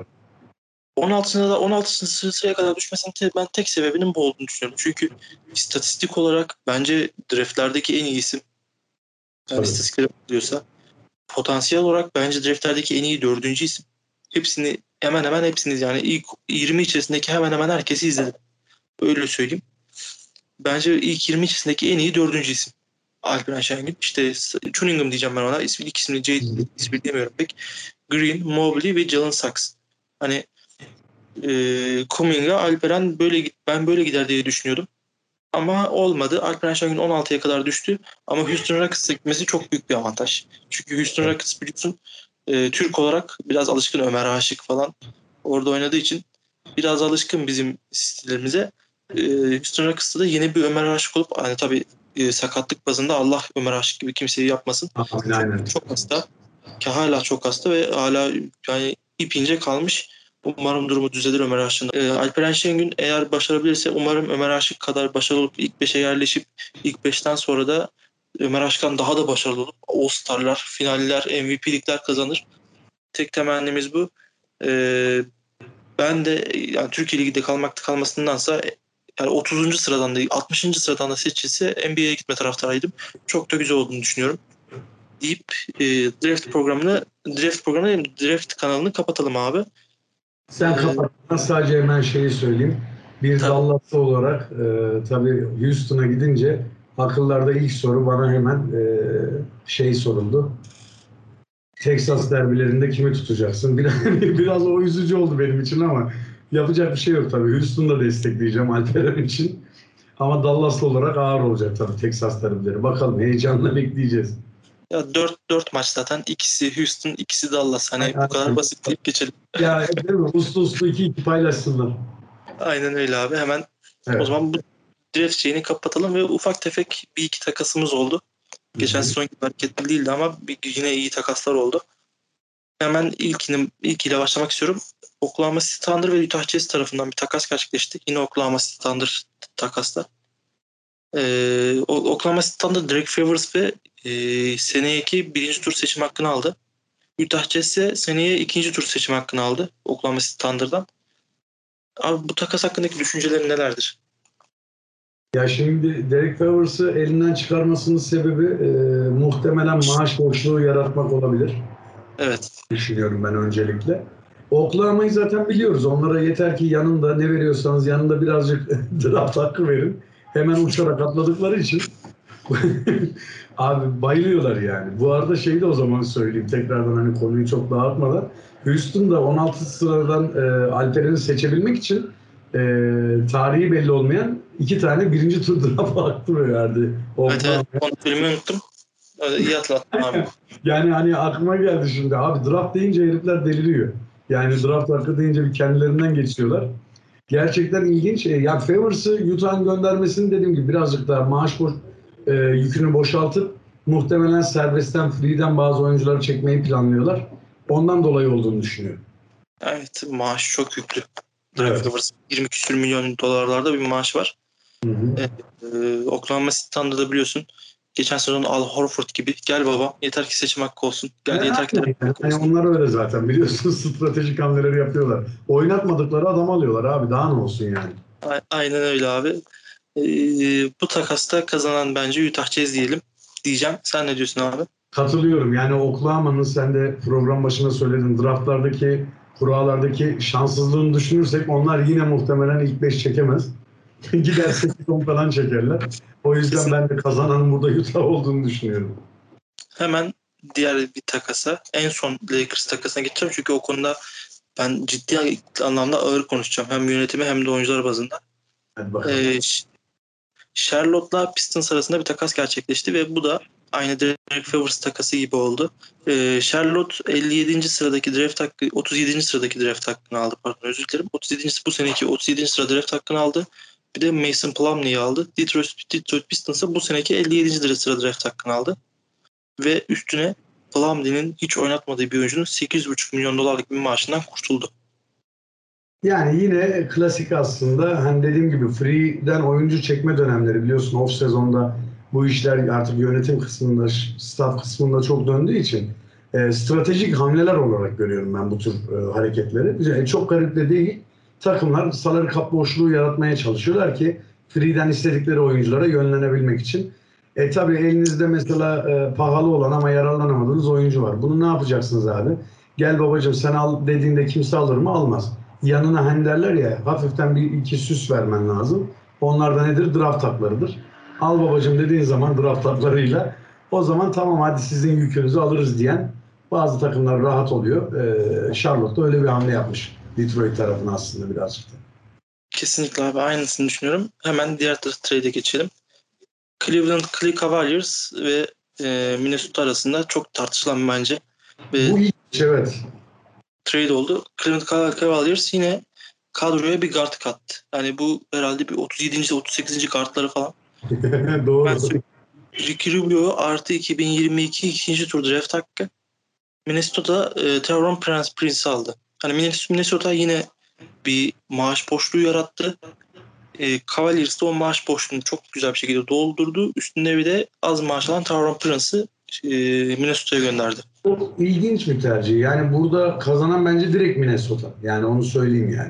on altısında da on altıncı sıraya kadar düşmesinin ben tek sebebinin bu olduğunu düşünüyorum. Çünkü istatistik olarak bence draftlerdeki en iyi isim. Yani Evet. istatistikler diyorsa potansiyel olarak bence draftlerdeki en iyi dördüncü isim. Hepsini hemen hemen hepsini yani ilk yirmi içerisindeki hemen hemen herkesi izledim. Öyle söyleyeyim. Bence ilk yirmi içerisindeki en iyi dördüncü isim. Alperen Şengün. İşte Cunningham diyeceğim ben ona. İsmi, ilk ismini J, ismi demiyorum pek. Green, Mobley ve Jalen Sachs. Hani e, Kuminga, Alperen böyle ben böyle gider diye düşünüyordum. Ama olmadı. Alperen Şengün on altıya kadar düştü. Ama Houston Rockets'a gitmesi çok büyük bir avantaj. Çünkü Houston Rockets biliyorsun e, Türk olarak biraz alışkın Ömer Aşık falan orada oynadığı için biraz alışkın bizim stillerimize. E, Houston Rockets'ta da yeni bir Ömer Aşık olup yani tabii e, sakatlık bazında Allah Ömer Aşık gibi kimseyi yapmasın. Aynen, aynen. Çok, çok hasta. Ki hala çok hasta ve hala yani ip ince kalmış. Umarım durumu düzelir Ömer Aşık'ın. Ee, Alperen Şengün eğer başarabilirse umarım Ömer Aşık kadar başarılı olup ilk beşe yerleşip ilk beşten sonra da Ömer Aşık'tan daha da başarılı olup All-Star'lar, finaller, M V P'likler kazanır. Tek temennimiz bu. Ee, ben de yani Türkiye Ligi'de kalmak kalmasındansa yani otuzuncu sıradan da altmışıncı sıradan da seçilse N B A'ye gitme taraftarıydım. Çok da güzel olduğunu düşünüyorum. Deyip e, draft programını draft programını değil mi? Draft kanalını kapatalım abi. Sen Ee, kapat. Ben sadece hemen şeyi söyleyeyim. Bir Tabii. Dallas'lı olarak e, tabii Houston'a gidince akıllarda ilk soru bana hemen e, şey soruldu. Texas derbilerinde kimi tutacaksın? Biraz, biraz o üzücü oldu benim için ama yapacak bir şey yok tabii. Houston'da destekleyeceğim Alperen için. Ama Dallas'lı olarak ağır olacak tabii Texas derbileri. Bakalım heyecanla bekleyeceğiz. Ya dört dört maç zaten. İkisi Houston, ikisi Dallas. Hani Aynen. bu kadar basit deyip geçelim. Ya değil mi? Uslu uslu iki iki paylaşsınlar. Aynen öyle abi. Hemen Evet. o zaman bu draft şeyini kapatalım ve ufak tefek bir iki takasımız oldu. Geçen Hı hı. sezon gibi hareketli değildi ama bir, yine iyi takaslar oldu. Hemen ilkini, ilkiyle başlamak istiyorum. Oklahoma City Thunder ve Utah Jazz tarafından bir takas gerçekleşti. Yine Oklahoma City Thunder takasla. Ee, Oklahoma City Thunder Derek Favors ve e, seneyeki birinci tur seçim hakkını aldı. Utah Jazz ise seneye ikinci tur seçim hakkını aldı Oklahoma City Thunder'dan. Abi bu takas hakkındaki düşüncelerin nelerdir? Ya şimdi Derek Favors'ı elinden çıkarmasının sebebi e, muhtemelen maaş boşluğu yaratmak olabilir. Evet. Düşünüyorum ben öncelikle. Oklahoma'yı zaten biliyoruz. Onlara yeter ki yanında ne veriyorsanız yanında birazcık draft hakkı verin. Hemen uçarak atladıkları için abi bayılıyorlar yani. Bu arada şeyi de o zaman söyleyeyim tekrardan hani konuyu çok dağıtmadan. Houston'da on altı sıradan e, Alperen'i seçebilmek için e, tarihi belli olmayan iki tane birinci tur draft hakkı verdi. Evet evet. Onu söylemeyi unuttum. Öyle iyi atlattım abi. Yani hani aklıma geldi şimdi. Abi draft deyince herifler deliriyor. Yani draft hakkı deyince bir kendilerinden geçiyorlar. Gerçekten ilginç. Ya Favors'ı Utah'ın göndermesini dediğim gibi birazcık daha maaş boş, e, yükünü boşaltıp muhtemelen serbestten, free'den bazı oyuncuları çekmeyi planlıyorlar. Ondan dolayı olduğunu düşünüyorum. Evet, maaş çok yüklü. Evet. yirmi küsür milyon dolarlarda bir maaş var. Hı hı. Ee, e, Oklahoma City Thunder'da biliyorsun. Geçen sezon Al Horford gibi. Gel baba yeter ki seçim hakkı olsun. Gel Yani yeter ki yani, draft hakkı yani olsun. onlar öyle zaten biliyorsunuz stratejik hamleleri yapıyorlar. Oynatmadıkları adam alıyorlar abi daha ne olsun yani. A- Aynen öyle abi. Ee, bu takasta kazanan bence Utah Jazz diyelim. Diyeceğim. Sen ne diyorsun abi? Katılıyorum. Yani Oklahoma'nın sen de program başında söyledin draftlardaki kurallardaki şanssızlığını düşünürsek onlar yine muhtemelen ilk beş çekemez. Gider sekiz on falan çekerler. O yüzden Kesin. ben de kazananın burada Utah olduğunu düşünüyorum. Hemen diğer bir takasa. En son Lakers takasına geçeceğim. Çünkü o konuda ben ciddi anlamda ağır konuşacağım. Hem yönetimi hem de oyuncular bazında. Hadi bakalım. Ee, Charlotte'la Pistons arasında bir takas gerçekleşti ve bu da aynı Derek Favors takası gibi oldu. Ee, Charlotte elli yedinci sıradaki draft hakkı, otuz yedinci sıradaki draft hakkını aldı. Pardon özür dilerim. otuz yedinci bu seneki otuz yedinci sıra draft hakkını aldı. Bir de Mason Plumlee'yi aldı. Detroit, Detroit Pistons'a bu seneki elli yedinci sıra draft hakkını aldı. Ve üstüne Plumlee'nin hiç oynatmadığı bir oyuncunun sekiz buçuk milyon dolarlık bir maaşından kurtuldu. Yani yine klasik aslında hani dediğim gibi free'den oyuncu çekme dönemleri biliyorsun off sezonda bu işler artık yönetim kısmında, staff kısmında çok döndüğü için e, stratejik hamleler olarak görüyorum ben bu tür e, hareketleri. E, çok garip de değil. Takımlar salary cap boşluğu yaratmaya çalışıyorlar ki free'den istedikleri oyunculara yönlenebilmek için. E tabii elinizde mesela e, pahalı olan ama yararlanamadığınız oyuncu var. Bunu ne yapacaksınız abi? Gel babacığım sen al dediğinde kimse alır mı? Almaz. Yanına hani derler ya hafiften bir iki süs vermen lazım. Onlar da nedir? Draft haklarıdır. Al babacığım dediğin zaman draft haklarıyla o zaman tamam hadi sizin yükünüzü alırız diyen bazı takımlar rahat oluyor. Ee, Charlotte da öyle bir hamle yapmış. Detroit tarafına aslında birazcık da. Kesinlikle abi aynısını düşünüyorum. Hemen diğer trade'e geçelim. Cleveland Cavaliers ve e, Minnesota arasında çok tartışılan bence ve Bu iyi evet. trade oldu. Cleveland Cavaliers yine kadroya bir guard kattı. Yani bu herhalde bir otuz yedinci otuz sekizinci guardları falan. Doğru. Ricky Rubio artı iki bin yirmi iki ikinci tur draft hakkı. Minnesota e, Taurean Prince, Prince aldı. Hani Minnesota yine bir maaş boşluğu yarattı. E, Cavaliers de o maaş boşluğunu çok güzel bir şekilde doldurdu. Üstünde bir de az maaş alan Taurean Prince'ı e, Minnesota'ya gönderdi. Çok ilginç bir tercih. Yani burada kazanan bence direkt Minnesota. Yani onu söyleyeyim yani.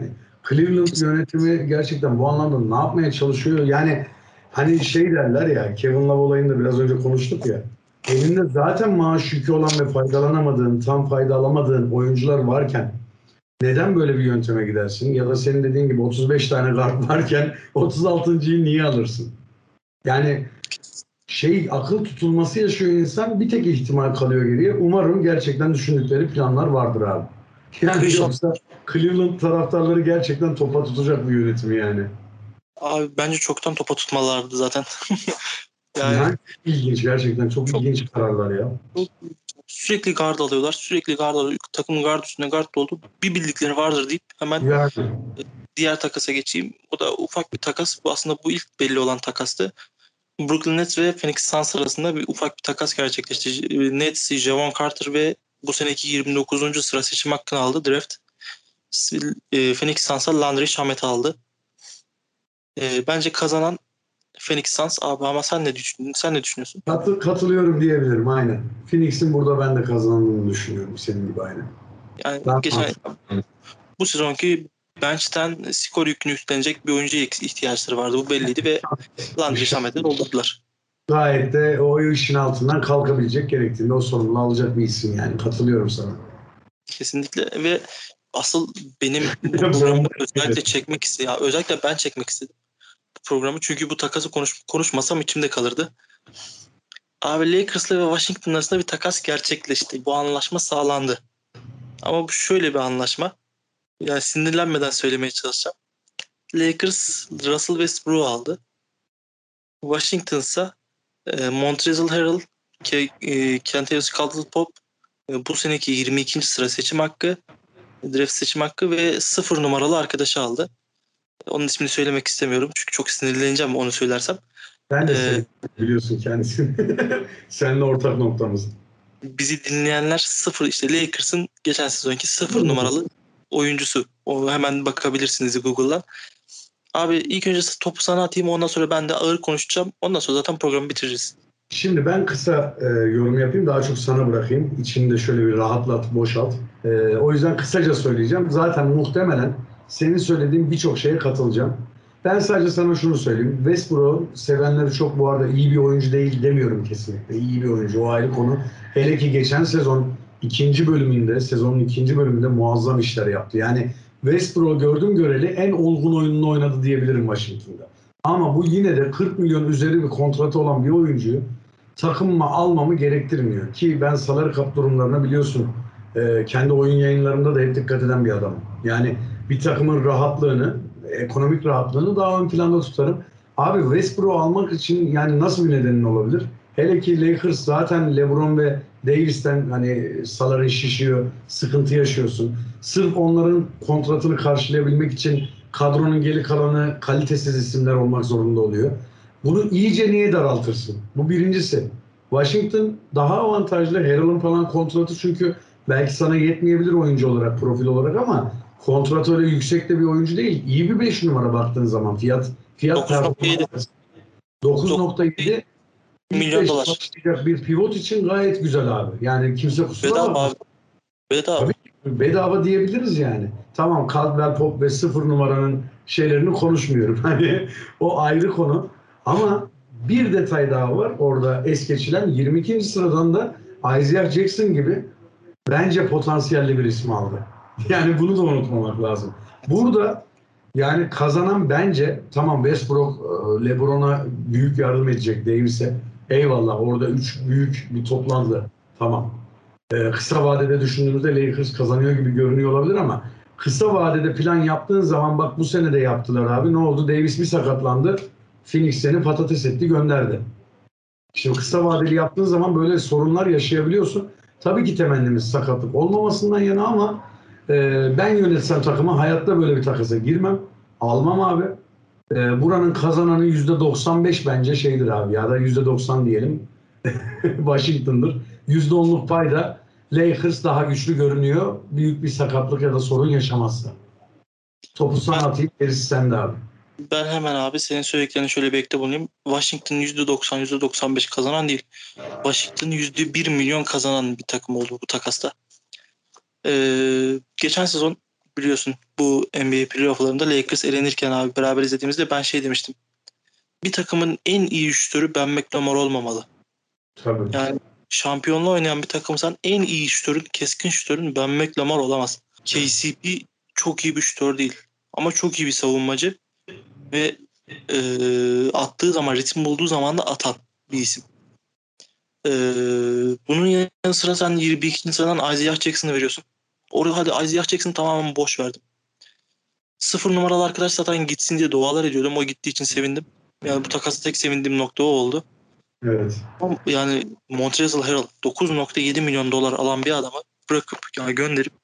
Cleveland yönetimi gerçekten bu anlamda ne yapmaya çalışıyor? Yani hani şey derler ya, Kevin Love olayında biraz önce konuştuk ya. Elinde zaten maaş yükü olan ve faydalanamadığın, tam fayda alamadığın oyuncular varken neden böyle bir yönteme gidersin? Ya da senin dediğin gibi otuz beş tane guard varken otuz altıncıyı niye alırsın? Yani şey, akıl tutulması yaşıyor insan, bir tek ihtimal kalıyor geriye. Umarım gerçekten düşündükleri planlar vardır abi. Yani İnşallah. yoksa Cleveland taraftarları gerçekten topa tutacak bu yönetimi yani. Abi bence çoktan topa tutmalardı zaten. yani Yani ilginç, gerçekten çok, çok, ilginç kararlar ya. çok sürekli guard alıyorlar. Sürekli guard alıyor. Takım guard üstüne guard doldu. Bir bildikleri vardır deyip hemen Yani diğer takasa geçeyim. O da ufak bir takas. Bu aslında bu ilk belli olan takastı. Brooklyn Nets ve Phoenix Suns arasında bir ufak bir takas gerçekleşti. Nets, Javon Carter ve bu seneki yirmi dokuzuncu sıra seçim hakkını aldı draft. Phoenix Suns'a Landry Shamet aldı. E, bence kazanan Phoenix Suns abi, ama sen ne düşünüyorsun? Sen ne düşünüyorsun? katı, katılıyorum diyebilirim, aynen. Phoenix'in burada ben de kazandığını düşünüyorum, senin gibi aynen. Yani Ben geçen bu sezonki bench'ten skor yükünü üstlenecek bir oyuncuya ihtiyaçları vardı. Bu belliydi ve Landry Shamet'i doldurdular. gayet de o işin altından kalkabilecek, gerektiğinde o sorumluluğu alacak bir isim yani. Katılıyorum sana. Kesinlikle. Ve asıl benim bu programı özellikle çekmek istedim. Ya özellikle ben çekmek istedim bu programı. Çünkü bu takası konuş, konuşmasam içimde kalırdı. Abi Lakers'la ve Washington arasında bir takas gerçekleşti. Bu anlaşma sağlandı. Ama bu şöyle bir anlaşma. Yani sinirlenmeden söylemeye çalışacağım. Lakers Russell Westbrook'u aldı. Washington ise e, Montrezl Harrell, Ke, e, Kentavious Caldwell-Pope, e, bu seneki yirmi ikinci sıra seçim hakkı, draft seçim hakkı ve sıfır numaralı arkadaşı aldı. Onun ismini söylemek istemiyorum çünkü çok sinirleneceğim onu söylersem. Ben de Ee, seni biliyorsun kendisini. Seninle ortak noktamız. bizi dinleyenler sıfır işte Lakers'ın geçen sezonki sıfır numaralı oyuncusu. O hemen bakabilirsiniz Google'dan. Abi ilk önce topu sana atayım, ondan sonra ben de ağır konuşacağım. Ondan sonra zaten programı bitiririz. Şimdi ben kısa e, yorum yapayım. Daha çok sana bırakayım. İçini de şöyle bir rahatlat, boşalt. E, o yüzden kısaca söyleyeceğim. Zaten muhtemelen senin söylediğin birçok şeye katılacağım. Ben sadece sana şunu söyleyeyim. Westbrook'u sevenleri çok, bu arada iyi bir oyuncu değil demiyorum kesinlikle. İyi bir oyuncu, o ayrı konu. Hele ki geçen sezon ikinci bölümünde, sezonun ikinci bölümünde muazzam işler yaptı. Yani Westbrook'u gördüm göreli en olgun oyununu oynadı diyebilirim Washington'da. Ama bu yine de kırk milyon üzeri bir kontratı olan bir oyuncuyu takımıma almamı gerektirmiyor. Ki ben salary cap durumlarına biliyorsun e, kendi oyun yayınlarında da hep dikkat eden bir adamım. Yani bir takımın rahatlığını, ekonomik rahatlığını daha ön planda tutarım. Abi Westbrook'u almak için yani nasıl bir nedenin olabilir? Hele ki Lakers zaten LeBron ve Davis'ten hani salary şişiyor, sıkıntı yaşıyorsun. Sırf onların kontratını karşılayabilmek için kadronun geri kalanı kalitesiz isimler olmak zorunda oluyor. Bunu iyice niye daraltırsın? Bu birincisi. Washington daha avantajlı. Harrell'ın falan kontratı çünkü belki sana yetmeyebilir oyuncu olarak, profil olarak, ama kontrat öyle yüksek de bir oyuncu değil. İyi bir beş numara baktığın zaman fiyat fiyat dokuz nokta yedi dokuz nokta yedi milyon dolar. bir pivot için gayet güzel abi. Yani kimse kusura Bedava bakmasın. abi. Bedava. Tabii bedava diyebiliriz yani. Tamam, Caldwell Pope ve sıfır numaranın şeylerini konuşmuyorum. Hani o ayrı konu. Ama bir detay daha var orada es geçilen. yirmi ikinci sıradan da Isaiah Jackson gibi bence potansiyelli bir isim aldı. Yani bunu da unutmamak lazım. Burada yani kazanan bence, tamam Westbrook LeBron'a büyük yardım edecek Davis'e. Eyvallah, orada üç büyük bir toplantı. Tamam. Ee, kısa vadede düşündüğümüzde Lakers kazanıyor gibi görünüyor olabilir ama kısa vadede plan yaptığın zaman bak bu sene de yaptılar abi. Ne oldu? Davis bir sakatlandı. Phoenix seni patates etti, gönderdi. Şimdi kısa vadeli yaptığın zaman böyle sorunlar yaşayabiliyorsun. Tabii ki temennimiz sakatlık olmamasından yana ama e, ben yönetsem takımı hayatta böyle bir takasa girmem. Almam abi. E, buranın kazananı yüzde doksan beş bence şeydir abi, ya da yüzde doksan diyelim. Washington'dır. yüzde onluk payda Lakers daha güçlü görünüyor. Büyük bir sakatlık ya da sorun yaşamazsa. Topu sana Ben, atayım, gerisi sende abi. ben hemen abi senin söylediklerini şöyle bir ekle bulunayım. Washington yüzde doksan yüzde doksan beş kazanan değil. Washington yüzde bir milyon kazanan bir takım oldu bu takasta. Ee, geçen sezon biliyorsun bu N B A playofflarında Lakers elenirken abi beraber izlediğimizde ben şey demiştim. Bir takımın en iyi şütörü Ben McLemore olmamalı. Tabii. Yani şampiyonluğu oynayan bir takımsan en iyi şütörün, keskin şütörün Ben McLemore olamaz. K C P çok iyi bir şütör değil. Ama çok iyi bir savunmacı ve e, attığı zaman, ritim bulduğu zaman da atan bir isim. E, bunun yanı sıra sen yirmi ikinci sıradan Isaiah Jackson'ı veriyorsun. Orada hadi Isaiah Jackson'ı tamamen boş verdim. Sıfır numaralı arkadaş zaten gitsin diye dualar ediyordum. O gittiği için sevindim. Yani bu takasda tek sevindiğim nokta o oldu. Evet. Ama yani Montrezl Harrell dokuz nokta yedi milyon dolar alan bir adamı bırakıp yani gönderip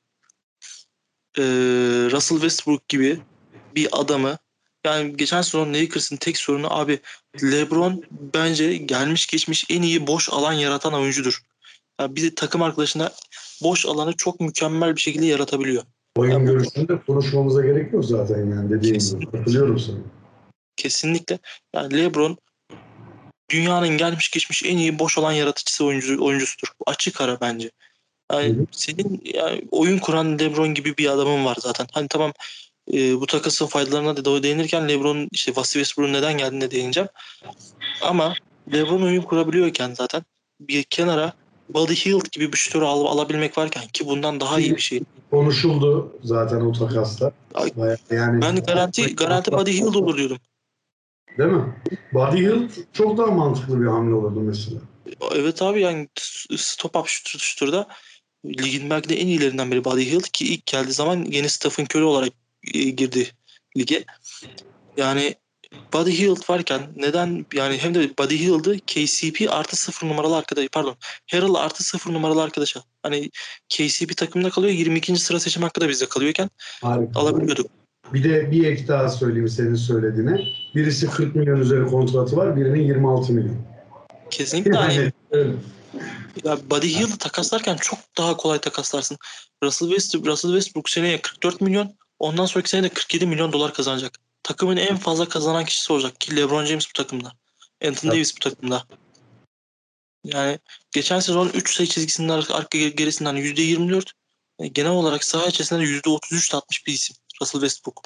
e, Russell Westbrook gibi bir adamı, yani geçen sezon Lakers'ın tek sorunu abi LeBron bence gelmiş geçmiş en iyi boş alan yaratan oyuncudur. Yani bir takım arkadaşına boş alanı çok mükemmel bir şekilde yaratabiliyor. Oyun Yani bu görüşünde konuşmamıza gerek yok zaten yani dediğin gibi. kesin, Katılıyorum sana. kesinlikle. Yani LeBron dünyanın gelmiş geçmiş en iyi boş alan yaratıcısı oyuncu, oyuncusudur. Bu açık ara bence. Hı Yani hı. senin yani oyun kuran LeBron gibi bir adamın var zaten. Hani tamam, e, bu takasın faydalarına da doğru değinirken LeBron işte Russell Westbrook'un neden geldiğine değineceğim. Ama LeBron oyun kurabiliyorken zaten bir kenara Buddy Hield gibi bir şutörü al, alabilmek varken ki bundan daha iyi bir şey. Konuşuldu zaten o takasla. Ay, Bayağı yani ben garanti garanti Buddy Hield olur diyordum. değil mi? Buddy Hield çok daha mantıklı bir hamle olurdu mesela. Evet abi, yani stop-up şutör, şutörde ligin belki de en iyilerinden biri Buddy Hield ki ilk geldiği zaman yeni Stephen Curry olarak e, girdi lige. Yani Buddy Hield varken neden, yani hem de Buddy Hield'ı K C P artı sıfır numaralı arkadaş, pardon Harrell artı sıfır numaralı arkadaşa, hani K C P takımda kalıyor, yirmi ikinci sıra seçim hakkı da bizde kalıyorken Harika. alabiliyorduk. Bir de bir ek daha söyleyeyim senin söylediğine. Birisi kırk milyon üzeri kontratı var, birinin yirmi altı milyon. Kesinlikle hani Yani öyle. ya Buddy Hield'ı takaslarken çok daha kolay takaslarsın. Russell Westbrook, Russell Westbrook seneye kırk dört milyon, ondan sonraki sene de kırk yedi milyon dolar kazanacak. Takımın en fazla kazanan kişisi olacak ki LeBron James bu takımda. Anthony Davis bu takımda. Yani geçen sezon üç sayı çizgisinin arka gerisinden yüzde yirmi dört. Yani genel olarak saha içerisinde yüzde otuz üç atmış bir isim Russell Westbrook.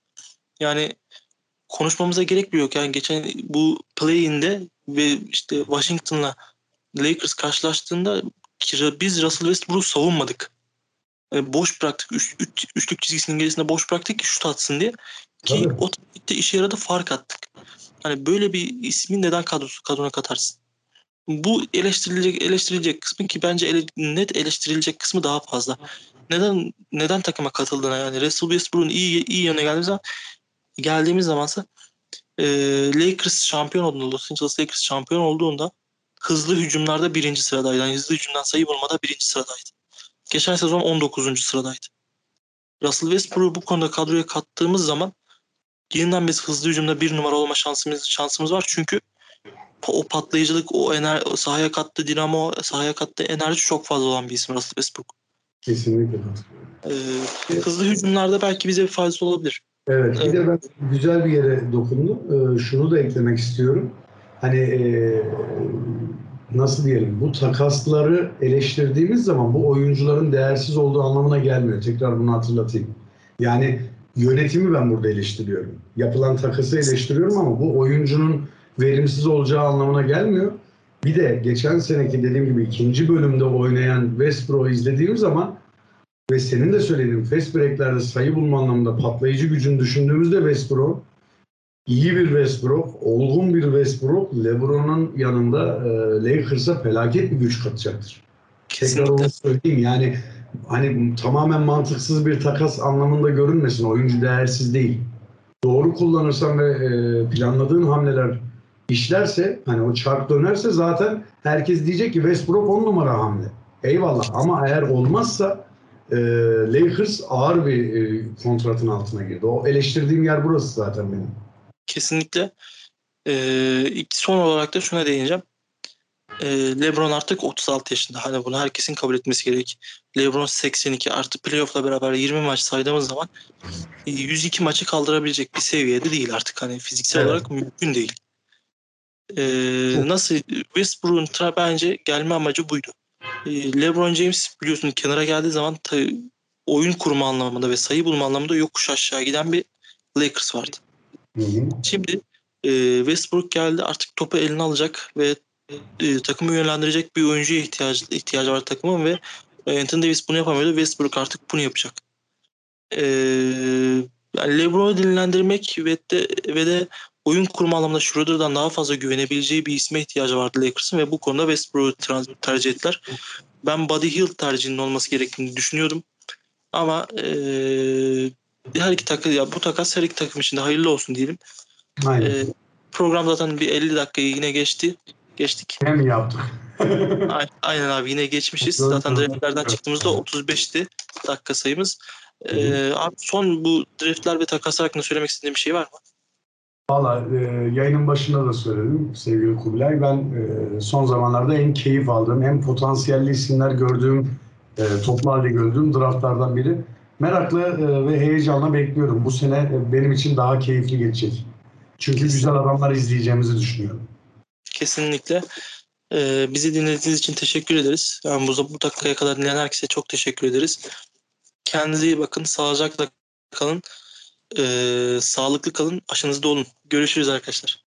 Yani konuşmamıza gerek bile yok. Yani geçen bu play-in'de ve işte Washington'la Lakers karşılaştığında biz Russell Westbrook'u savunmadık. Yani boş bıraktık. Üç, üç, üçlük çizgisinin gerisinde boş bıraktık ki şut atsın diye. Ki Tabii. o taktikte işe yaradı, fark attık. Hani böyle bir ismi neden kadrosu, kadrona katarsın? Bu eleştirilecek eleştirilecek kısmı ki bence ele, net eleştirilecek kısmı daha fazla. Neden neden takıma katıldığına, yani Russell Westbrook'un iyi iyi yöne geldiğimiz zaman geldiğimiz zamansa e, Lakers şampiyon olduğunda, Los Angeles Lakers şampiyon olduğunda hızlı hücumlarda birinci sıradaydı. Yani hızlı hücumdan sayı bulmada birinci sıradaydı. Geçen sezon on dokuzuncu sıradaydı. Russell Westbrook'u bu konuda kadroya kattığımız zaman yeniden biz hızlı hücumda bir numara olma şansımız şansımız var. Çünkü o patlayıcılık, o enerji, o sahaya kattığı dinamo, sahaya kattığı enerji çok fazla olan bir isim Russell Westbrook. Kesinlikle. Ee, hızlı hücumlarda belki bize bir faydası olabilir. Evet, bir Ee, de ben güzel bir yere dokundum. Ee, şunu da eklemek istiyorum. Hani e, nasıl diyelim, bu takasları eleştirdiğimiz zaman bu oyuncuların değersiz olduğu anlamına gelmiyor. Tekrar bunu hatırlatayım. Yani yönetimi ben burada eleştiriyorum. Yapılan takası eleştiriyorum ama bu oyuncunun verimsiz olacağı anlamına gelmiyor. Bir de geçen seneki dediğim gibi ikinci bölümde oynayan Westbrook'u izlediğim zaman ve senin de söylediğin fast break'lerde sayı bulma anlamında patlayıcı gücünü düşündüğümüzde Westbrook, iyi bir Westbrook, olgun bir Westbrook, LeBron'un yanında e, Lakers'a felaket bir güç katacaktır. Tekrar kesinlikle. onu söyleyeyim. Yani hani tamamen mantıksız bir takas anlamında görünmesin. Oyuncu değersiz değil. Doğru kullanırsan ve e, planladığın hamleler işlerse, hani o çark dönerse zaten herkes diyecek ki Westbrook on numara hamle. Eyvallah, ama eğer olmazsa e, Lakers ağır bir e, kontratın altına girdi. O eleştirdiğim yer burası zaten benim. Kesinlikle. Ee, son olarak da şuna değineceğim. Ee, LeBron artık otuz altı yaşında. Hani bunu herkesin kabul etmesi gerek. LeBron seksen iki artı playoff'la beraber yirmi maç saydığımız zaman yüz iki maçı kaldırabilecek bir seviyede değil artık. Hani fiziksel Evet. olarak mümkün değil. Ee, Çok. nasıl Westbrook'un tra- bence gelme amacı buydu. Ee, LeBron James biliyorsun kenara geldiği zaman ta- oyun kurma anlamında ve sayı bulma anlamında yokuş aşağı giden bir Lakers vardı. Hı hı. Şimdi e, Westbrook geldi, artık topu eline alacak ve e, takımı yönlendirecek bir oyuncuya ihtiyacı, ihtiyacı var takımın ve Anthony Davis bunu yapamıyordu. Westbrook artık bunu yapacak. E, Yani LeBron'u dinlendirmek ve de, ve de oyun kurma anlamında Schroeder'dan daha fazla güvenebileceği bir isme ihtiyacı vardı Lakers'ın ve bu konuda Westbrook'u trans- tercih ettiler. Ben Buddy Hield tercihinin olması gerektiğini düşünüyordum. Ama e, her iki takım, ya bu takas her iki takım için de hayırlı olsun diyelim. Aynen. E, Program zaten bir elli dakikayı yine geçti. Geçtik. Hem yaptık. A- Aynen abi, yine geçmişiz. Zaten draftlerden çıktığımızda otuz beşti dakika sayımız. Ee, abi son bu draftler ve takaslar hakkında söylemek istediğim bir şey var mı? Valla e, yayının başında da söyledim sevgili Kubilay. Ben e, son zamanlarda en keyif aldığım, en potansiyelli isimler gördüğüm, e, toplu halde gördüğüm draftlardan biri. Meraklı e, ve heyecanla bekliyorum. Bu sene e, benim için daha keyifli geçecek. Çünkü Kesin. güzel adamlar izleyeceğimizi düşünüyorum. Kesinlikle. Ee, bizi dinlediğiniz için teşekkür ederiz. Yani bu, bu dakikaya kadar dinleyen herkese çok teşekkür ederiz. Kendinize iyi bakın. Sağlıcakla kalın. Ee, sağlıklı kalın. Aşınızda olun. Görüşürüz arkadaşlar.